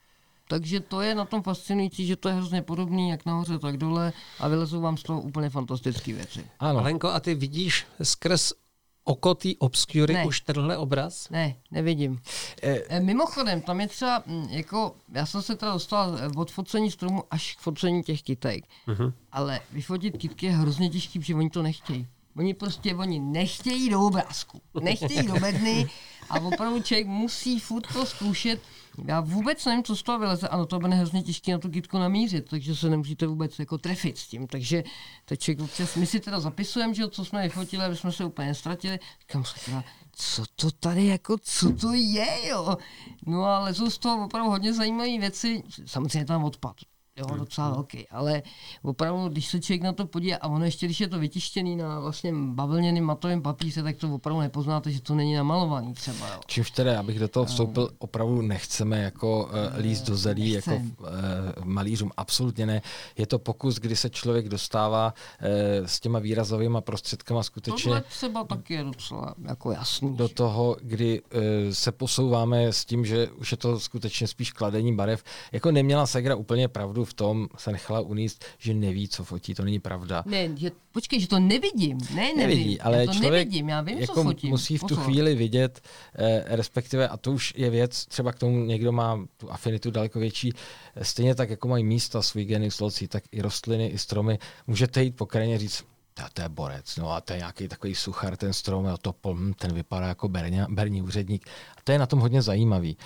Takže to je na tom fascinující, že to je hrozně podobný, jak nahoře, tak dole a vylezou vám z toho úplně fantastické věci. Ano. Lenko, a ty vidíš skrz oko té obskury už tenhle obraz? Ne, nevidím. Mimochodem, tam je třeba, jako, já jsem se teda dostal od focení stromu až k focení těch kytek. Ale vyfotit kytky je hrozně těžký, protože oni to nechtějí. Oni nechtějí do obrázku, nechtějí do bedny a opravdu člověk musí furt to zkoušet. Já vůbec nevím, co z toho vyleze, ano, to bude hrozně těžké na tu kytku namířit, takže se nemusíte vůbec jako trefit s tím. Takže člověk občas, my si teda zapisujeme, že co jsme vyfotili, aby jsme se úplně ztratili. Říkám se teda, co to tady jako, co to je, jo? No a lezou z toho opravdu hodně zajímavé věci, samozřejmě tam odpad. Jo, docela velký, ale opravdu, když se člověk na to podívá, a ono ještě, když je to vytištěný na vlastně bavlněným matovém papíře, tak to opravdu nepoznáte, že to není namalovaný třeba. Jo. Čímž teda, abych do toho vstoupil, opravdu nechceme jako líst do zelí, jako malířům, absolutně ne. Je to pokus, kdy se člověk dostává s těma výrazovými prostředkama skutečně... Tohle třeba taky je docela jako jasný. Do toho, kdy se posouváme s tím, že už je to skutečně spíš kladení barev. Jako neměla Segra úplně pravdu v tom, se nechala uníst, že neví, co fotí, to není pravda. Ne, počkej, že to nevidím. Nevidí, ale já to člověk nevidím, já vím, jako co fotím. musí v tu chvíli vidět, respektive, a to už je věc, třeba k tomu někdo má tu afinitu daleko větší, stejně tak, jako mají místa svůj genius loci, tak i rostliny, i stromy. Můžete jít po krajině říct, to je borec, no a to je nějaký takový suchar, ten strom, a topol, ten vypadá jako berní úředník. A to je na tom hodně zajímavý,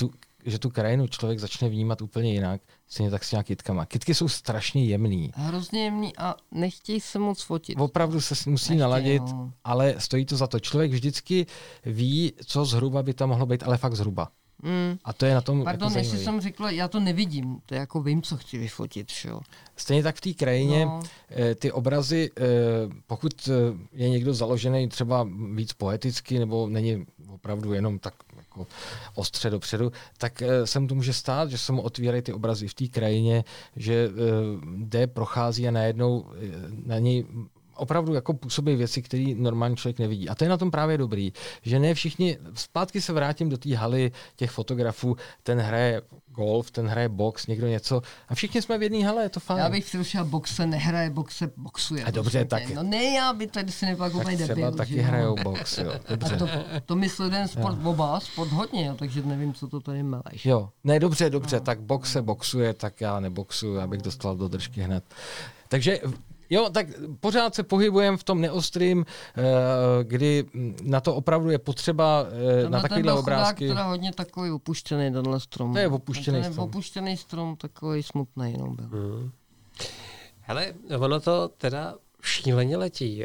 že tu krajinu člověk začne vnímat úplně jinak, stejně tak s těma kytkama. Kytky jsou strašně jemný. Hrozně jemný a nechtějí se moc fotit. Opravdu se musí naladit, ale stojí to za to. Člověk vždycky ví, co zhruba by tam mohlo být, ale fakt zhruba. A to je na tom Pardon, jako jestli jsem řekla, já to nevidím, to je jako vím, co chci vyfotit. Šo? Stejně tak v té krajině ty obrazy, pokud je někdo založený třeba víc poeticky, nebo není opravdu jenom tak jako ostře dopředu, tak se mu to může stát, že se mu otvírají ty obrazy v té krajině, že jde, prochází a najednou na něj opravdu jako působí věci, které normální člověk nevidí. A to je na tom právě dobrý, že ne všichni, zpátky se vrátím do té haly těch fotografů, ten hraje golf, ten hraje box, někdo něco a všichni jsme v jedné hale, je to fajn. Já bych přerušil, box se nehraje, box se boxuje. A dobře, tak. No ne, já by tady si nepak úplně debil. Třeba taky hrajou box, jo. Dobře. A to myslí ten sport, sport hodně, jo, takže nevím, co to tady meleš. Jo, ne, dobře, tak box se boxuje, tak já neboxuju, abych dostal do držky hned. Takže jo, tak pořád se pohybujeme v tom neostrým, kdy na to opravdu je potřeba na takovýhle obrázky. To je hodně takový opuštěný tenhle strom. To je opuštěný strom. Opuštěný strom, takový smutný jenom byl. Hele, ono to teda šíleně letí.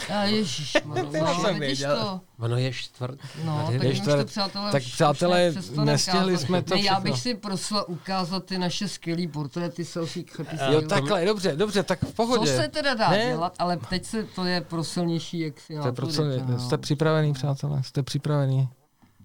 Vidíš to? Ono je čtvrt. No, tak přátelé, nestihli jsme to. Já bych si prosila ukázat ty naše skvělý portréty selfie. Jo, takhle, dobře, tak v pohodě. Co se teda dá dělat, ale teď to je pro silnější, jak si Jste připravený, přátelé? Jste připravený?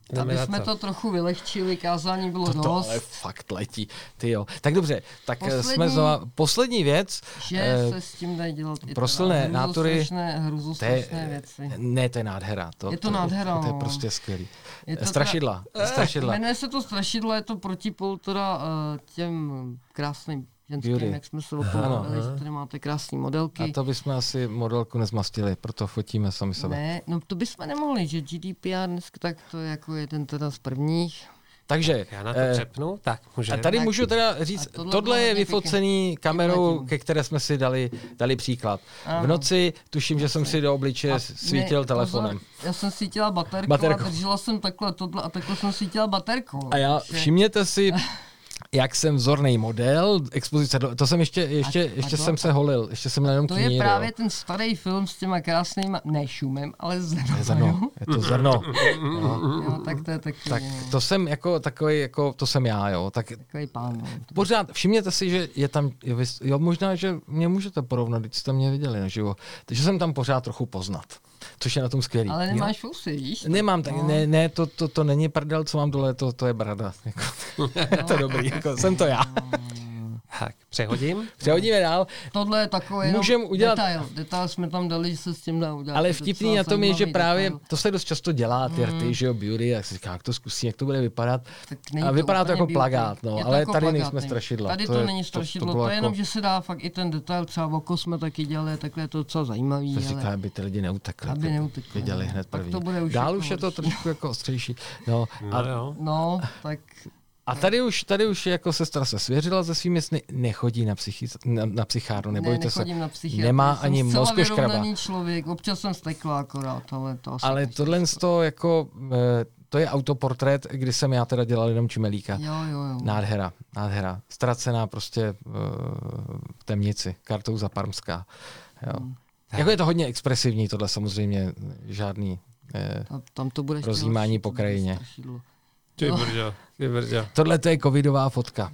Aby jsme to trochu vylehčili, kázání bylo dost. To ale fakt letí, ty jo. Tak dobře, tak jsme znova, poslední věc. Že se s tím dají dělat i proslulé nátory. Hruzostrašné věci. Ne, to je nádhera. Je to nádhera, to je prostě skvělý. Strašidla. Strašidla. Jmenuje se to strašidlo, je to protipol teda těm krásným ženským, jak jsme se o tom bavili, že tady máte krásné modelky. A to bychom asi modelku nezmastili, proto fotíme sami sebe. Ne, no to bychom nemohli, že GDPR dneska tak to je jako jeden teda z prvních. Takže, já na to přepnu, tak může. A tady můžu teda říct, tohle je vyfocený kamerou, ke které jsme si dali příklad. Ano. V noci tuším, že jsem si do obličeje svítil telefonem. Já jsem svítila baterkou a držela jsem takhle tohle a takhle jsem svítila baterkou. A já, všimněte si, jak jsem vzorný model, expozice, to jsem ještě jsem se holil, ještě jsem měl jenom kníru. To je právě ten starý film s těma krásnýma, ne šumem, ale zrno. Je to zrno. Jo, tak to je taky. Tak to jsem jako takový, jako to jsem já, jo. Takový pán. Pořád, všimněte si, že je tam, jo, možná, že mě můžete porovnat, když jste mě viděli naživo, takže jsem tam pořád trochu poznat. Což je na tom skvělý. Ale nemáš fousy, víš? Nemám, tak, ne, to není prdel, co mám dole, to je brada. Jako, to je dobrý, jako, jsem to já. Tak, přehodíme dál. Tohle je takový detail jsme tam dali, že se s tím dá udělat. Ale vtipný na tom je, že právě to se dost často dělá, ty rty, že jo, beauty, jak si říká, jak to zkusí, jak to bude vypadat. A vypadá to jako plagát, no, ale jako tady nejsme strašidla. Tady to není strašidlo, to je jenom, že se dá fakt i ten detail, třeba oko jsme taky dělali, takhle je to docela zajímavý. To říká, aby ty lidi neutekli. Aby neutekli. Viděli hned první. Dál už je to trošku jako ostřejší. No, tak... A tady už jako sestra se svěřila se svými sny, nechodí na psychiatru, nebojte se. Na psychiatru. Nemá ani mozkoškraba. Člověk, občas jsem stekla akorát, ale to asi... Ale tohle jako, to je autoportrét, kdy jsem já teda dělal jenom Čumelíka. Jo. Nádhera. Ztracená prostě v temnici, Kartouza Parmská. Jo. Jako je to hodně expresivní, tohle samozřejmě žádný tam to bude rozjímání po krajině. Ty brďo. Tohle to je covidová fotka.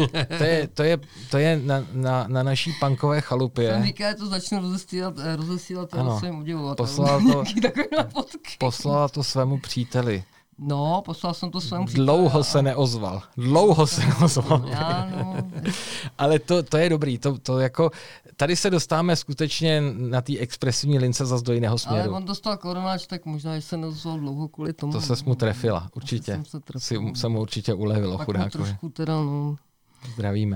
To je na naší punkové chalupě. Jsem říká, to začnu rozesílat to svým udivovatel. Poslala to svému příteli. No, poslal jsem to svému příteli. Dlouho se neozval. Ale to je dobrý. To jako, tady se dostáváme skutečně na té expresivní lince zase do jiného směru. Ale on dostal koronáč, tak možná, že se neozval dlouho kvůli tomu. To se mu trefila, určitě. Se mu určitě ulevilo, chudákovi. Trošku teda, no. Zdravíme.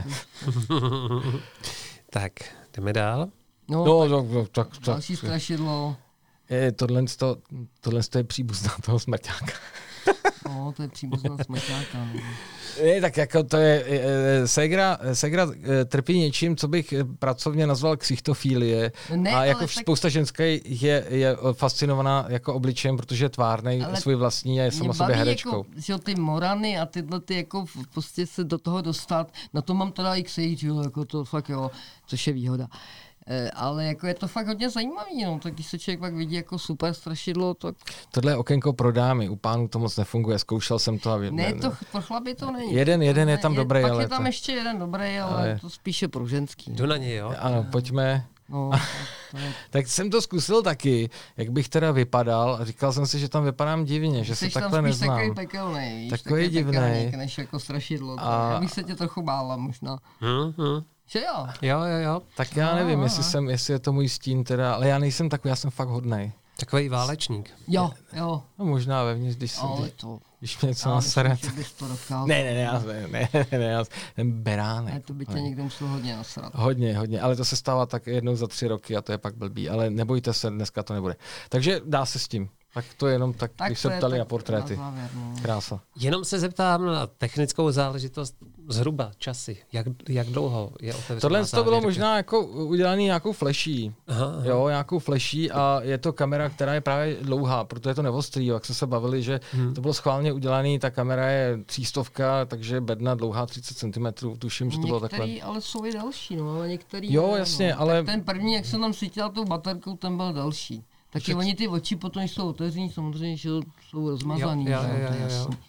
Tak, jdeme dál. Tak. Další strašidlo. Tohle je příbuzná toho smrťáka. No, to je příbuzná smrťáka. Tak jako to je, Segra trpí něčím, co bych pracovně nazval ksichtofílie. A jako spousta ženské je fascinovaná jako obličejem, protože je tvárnej, svůj vlastní a je sama sobě herečkou. Jako, že ty morany a tyhle ty jako prostě se do toho dostat, na to mám teda i ksicht, jako to fakt jo, což je výhoda. Ale jako je to fakt hodně zajímavý, no, tak když se člověk pak vidí jako super strašidlo, tak... Tohle je okénko pro dámy, u pánů to moc nefunguje, zkoušel jsem to a to pro chlapy to není. Jeden je tam dobrý, pak ale... je tam ještě jeden dobrý, ale to spíše pro ženský. Jdu na něj, jo? Ano, pojďme. No, tak jsem to zkusil taky, jak bych teda vypadal a říkal jsem si, že tam vypadám divně, že se takhle neznám. Takový pekelnej, víš, takový divnej. Než jako strašidlo. Já bych se tě trochu bála možná. Že jo? Jo. Tak já nevím, jestli je to můj stín teda, ale já nejsem takový, já jsem fakt hodnej. Takový válečník. Jo. No možná vevnitř, když mě něco nasere. Ne, já jsem beránek. Ne, to by tě někdo musel hodně nasrat. Hodně, ale to se stává tak jednou za 3 roky a to je pak blbý, ale nebojte se, dneska to nebude. Takže dá se s tím. Tak to je jenom tak když se ptali na portréty. Krása. Jenom se zeptám na technickou záležitost, zhruba časy. Jak dlouho je otevřená Tohle to bylo možná jako udělaný nějakou flashy. Jo, nějakou flashy a je to kamera, která je právě dlouhá, protože je to neostrý. Jak jsme se bavili, že to bylo schválně udělaný, ta kamera je 300, takže bedna dlouhá 30 cm, tuším, že to bylo takhle. Některý ale jsou i další, no, ale některý... Jo, jasně, ale... Tak ten první, jak jsem tam svítila tou baterkou, ten byl další. Taky oni ty oči potom jsou otevřený, samozřejmě, že jsou rozmazaný. Jo.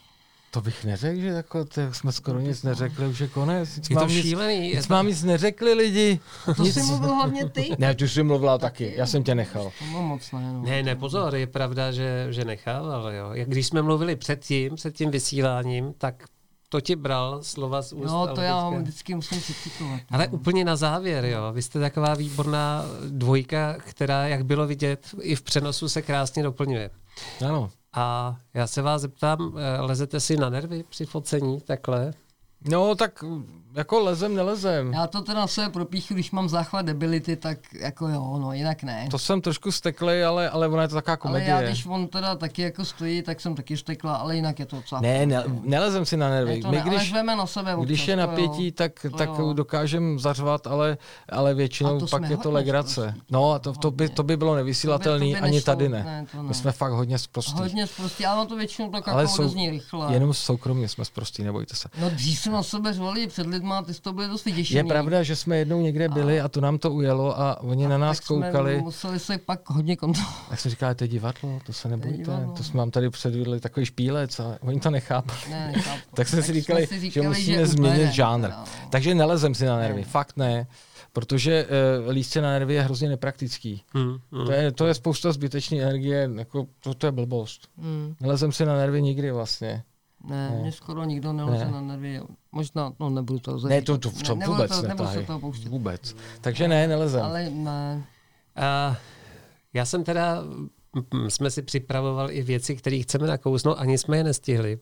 To bych neřekl, že jako jsme skoro nic neřekli, už je konec. Je to šílený. Nic mám nic neřekli lidi. To jsi mluvil hlavně ty. Ne, ty jsi mluvila taky, já jsem tě nechal. Moc ne, no. Ne, pozor, je pravda, že nechal, ale jo. Když jsme mluvili před tím vysíláním, tak to ti bral slova z úst. No, to já vždycky musím citovat. Ale úplně na závěr, jo. Vy jste taková výborná dvojka, která, jak bylo vidět, i v přenosu se krásně doplňuje. Ano. A já se vás zeptám, lezete si na nervy při focení takhle? No, tak jako nelezem. Já to teda se propíchu, když mám záchvat debility, tak jako jo, no jinak ne. To jsem trošku steklej, ale ona je to taková komedie. Ale já, když on teda taky jako stojí, tak jsem taky stekla, ale jinak je to docela. Nelezem si na nervy. My, když na sebe občas, když je napětí, tak dokážem zařvat, ale většinou pak je to legrace. No a to by bylo nevysílatelný, ani tady ne. My jsme fakt hodně sprostí. Hodně sprostí, ale to většinou tak jako odezní rychle. Jenom soukromně jsme sprostí, nebojte se. No dřív jsme na sebe řvali před lidma, ty to byly dost vyděšený. Je pravda, že jsme jednou někde byli a to nám to ujelo a oni na nás koukali. Jsme museli se pak hodně kontrolovat. Tak jsme říkali, to je divadlo, to se nebojte. To jsme vám tady předvedli takový špílec a oni to nechápali. Tak jsme si říkali, že musíme změnit žánr. Takže nelezem si na nervy, fakt ne. Protože líst si na nervy je hrozně nepraktický. To je spousta zbytečné energie, jako, to je blbost. Nelezem si na nervy nikdy vlastně. Ne, mě skoro nikdo neleze na nervy. Možná, nebudu to Ne, to vůbec netahy. Vůbec. Takže nelezem. Ale ne. Já jsem teda, jsme si připravovali i věci, které chceme nakousnout, ani jsme je nestihli.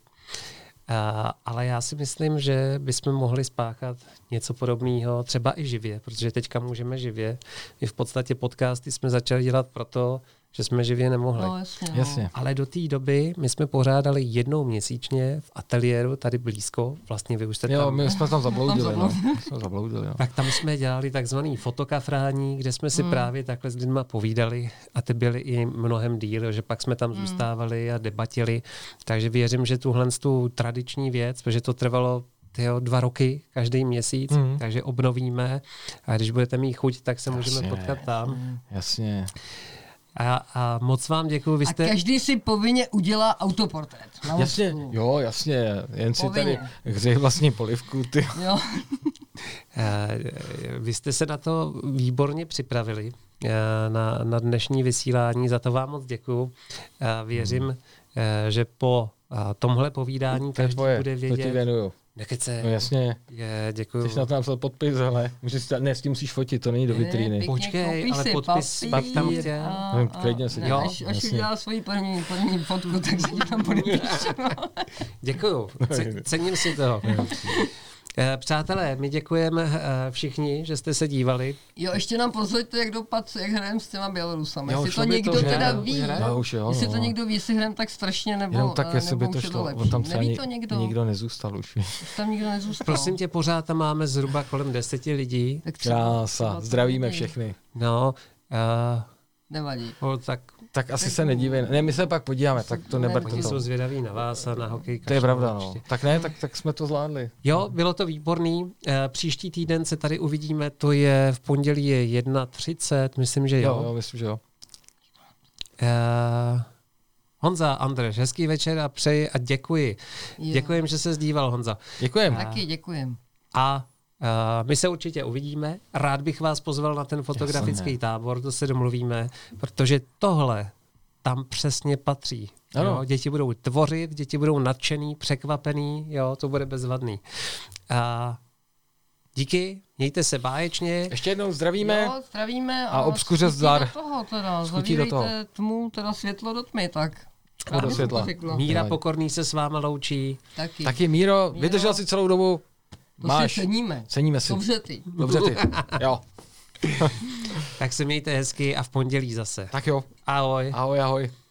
Ale já si myslím, že bychom mohli spáchat něco podobného, třeba i živě, protože teďka můžeme živě. My v podstatě podcasty jsme začali dělat proto, že jsme živě nemohli. No, jasně. Ale do té doby my jsme pořádali jednou měsíčně v ateliéru tady blízko. Vlastně vy už jste tam... my jsme tam zabloudili. Tak tam jsme dělali takzvaný fotokafrání, kde jsme si právě takhle s lidma povídali a ty byly i mnohem díl, že pak jsme tam zůstávali a debatili. Takže věřím, že tuhle tu tradiční věc, protože to trvalo 2 roky každý měsíc, takže obnovíme a když budete mít chuť, tak se můžeme potkat tam. Jasně. A moc vám děkuju. A každý si povinně udělá autoportrét. Jasně, jasně. Jen si tady hřeji vlastní polivku. Ty. Jo. Vy jste se na to výborně připravili, na dnešní vysílání. Za to vám moc děkuju. Věřím, že po tomhle povídání každý bude vědět. To ti věnuju. Nekece. No jasně. Děkuju. Jsi na to napsal podpis, ale s tím musíš fotit, to není do vitríny. Počkej, ale podpis pak tam chtěl. Klidně si až udělá svoji první fotku, tak se tam podepíšu. Děkuju. Cením si toho. Přátelé, my děkujeme všichni, že jste se dívali. Jo, ještě nám pozorujte, jak hrajeme s těma Bělorusama. Jestli to někdo teda ví, jestli to někdo ví, jestli hrajeme tak strašně, nebo jenom tak, jestli by to šlo. Neví to někdo? Nikdo nezůstal už. Tam nikdo nezůstal. Prosím tě, pořád tam máme zhruba kolem 10 lidí. Krása, zdravíme všechny. No, nevadí. Tak asi se nedívej. Ne, my se pak podíváme, tak to neberte to. Oni jsou zvědaví na vás a na hokej. To je pravda, no. Tak ne, tak jsme to zvládli. Jo, bylo to výborný. Příští týden se tady uvidíme, to je v pondělí je 1:30, myslím, že jo. Jo, myslím, že jo. Honza, Andreš, hezký večer a přeji a děkuji. Děkujem, že se zdíval, Honza. Děkujem. Taky děkujem. A my se určitě uvidíme. Rád bych vás pozval na ten fotografický tábor, to se domluvíme, protože tohle tam přesně patří. Jo? Děti budou tvořit, děti budou nadšený, překvapený, jo, to bude bezvadný. Díky, mějte se báječně. Ještě jednou zdravíme. Jo, zdravíme. A obskuře zdar. Zavírejte tmu, teda světlo do tmy, tak. Do světla. Míra Pokorný se s váma loučí. Taky Míro, vydržel si celou dobu. Máš. Ceníme si. Dobře ty. Jo. Tak se mějte hezky a v pondělí zase. Tak jo. Ahoj. Ahoj.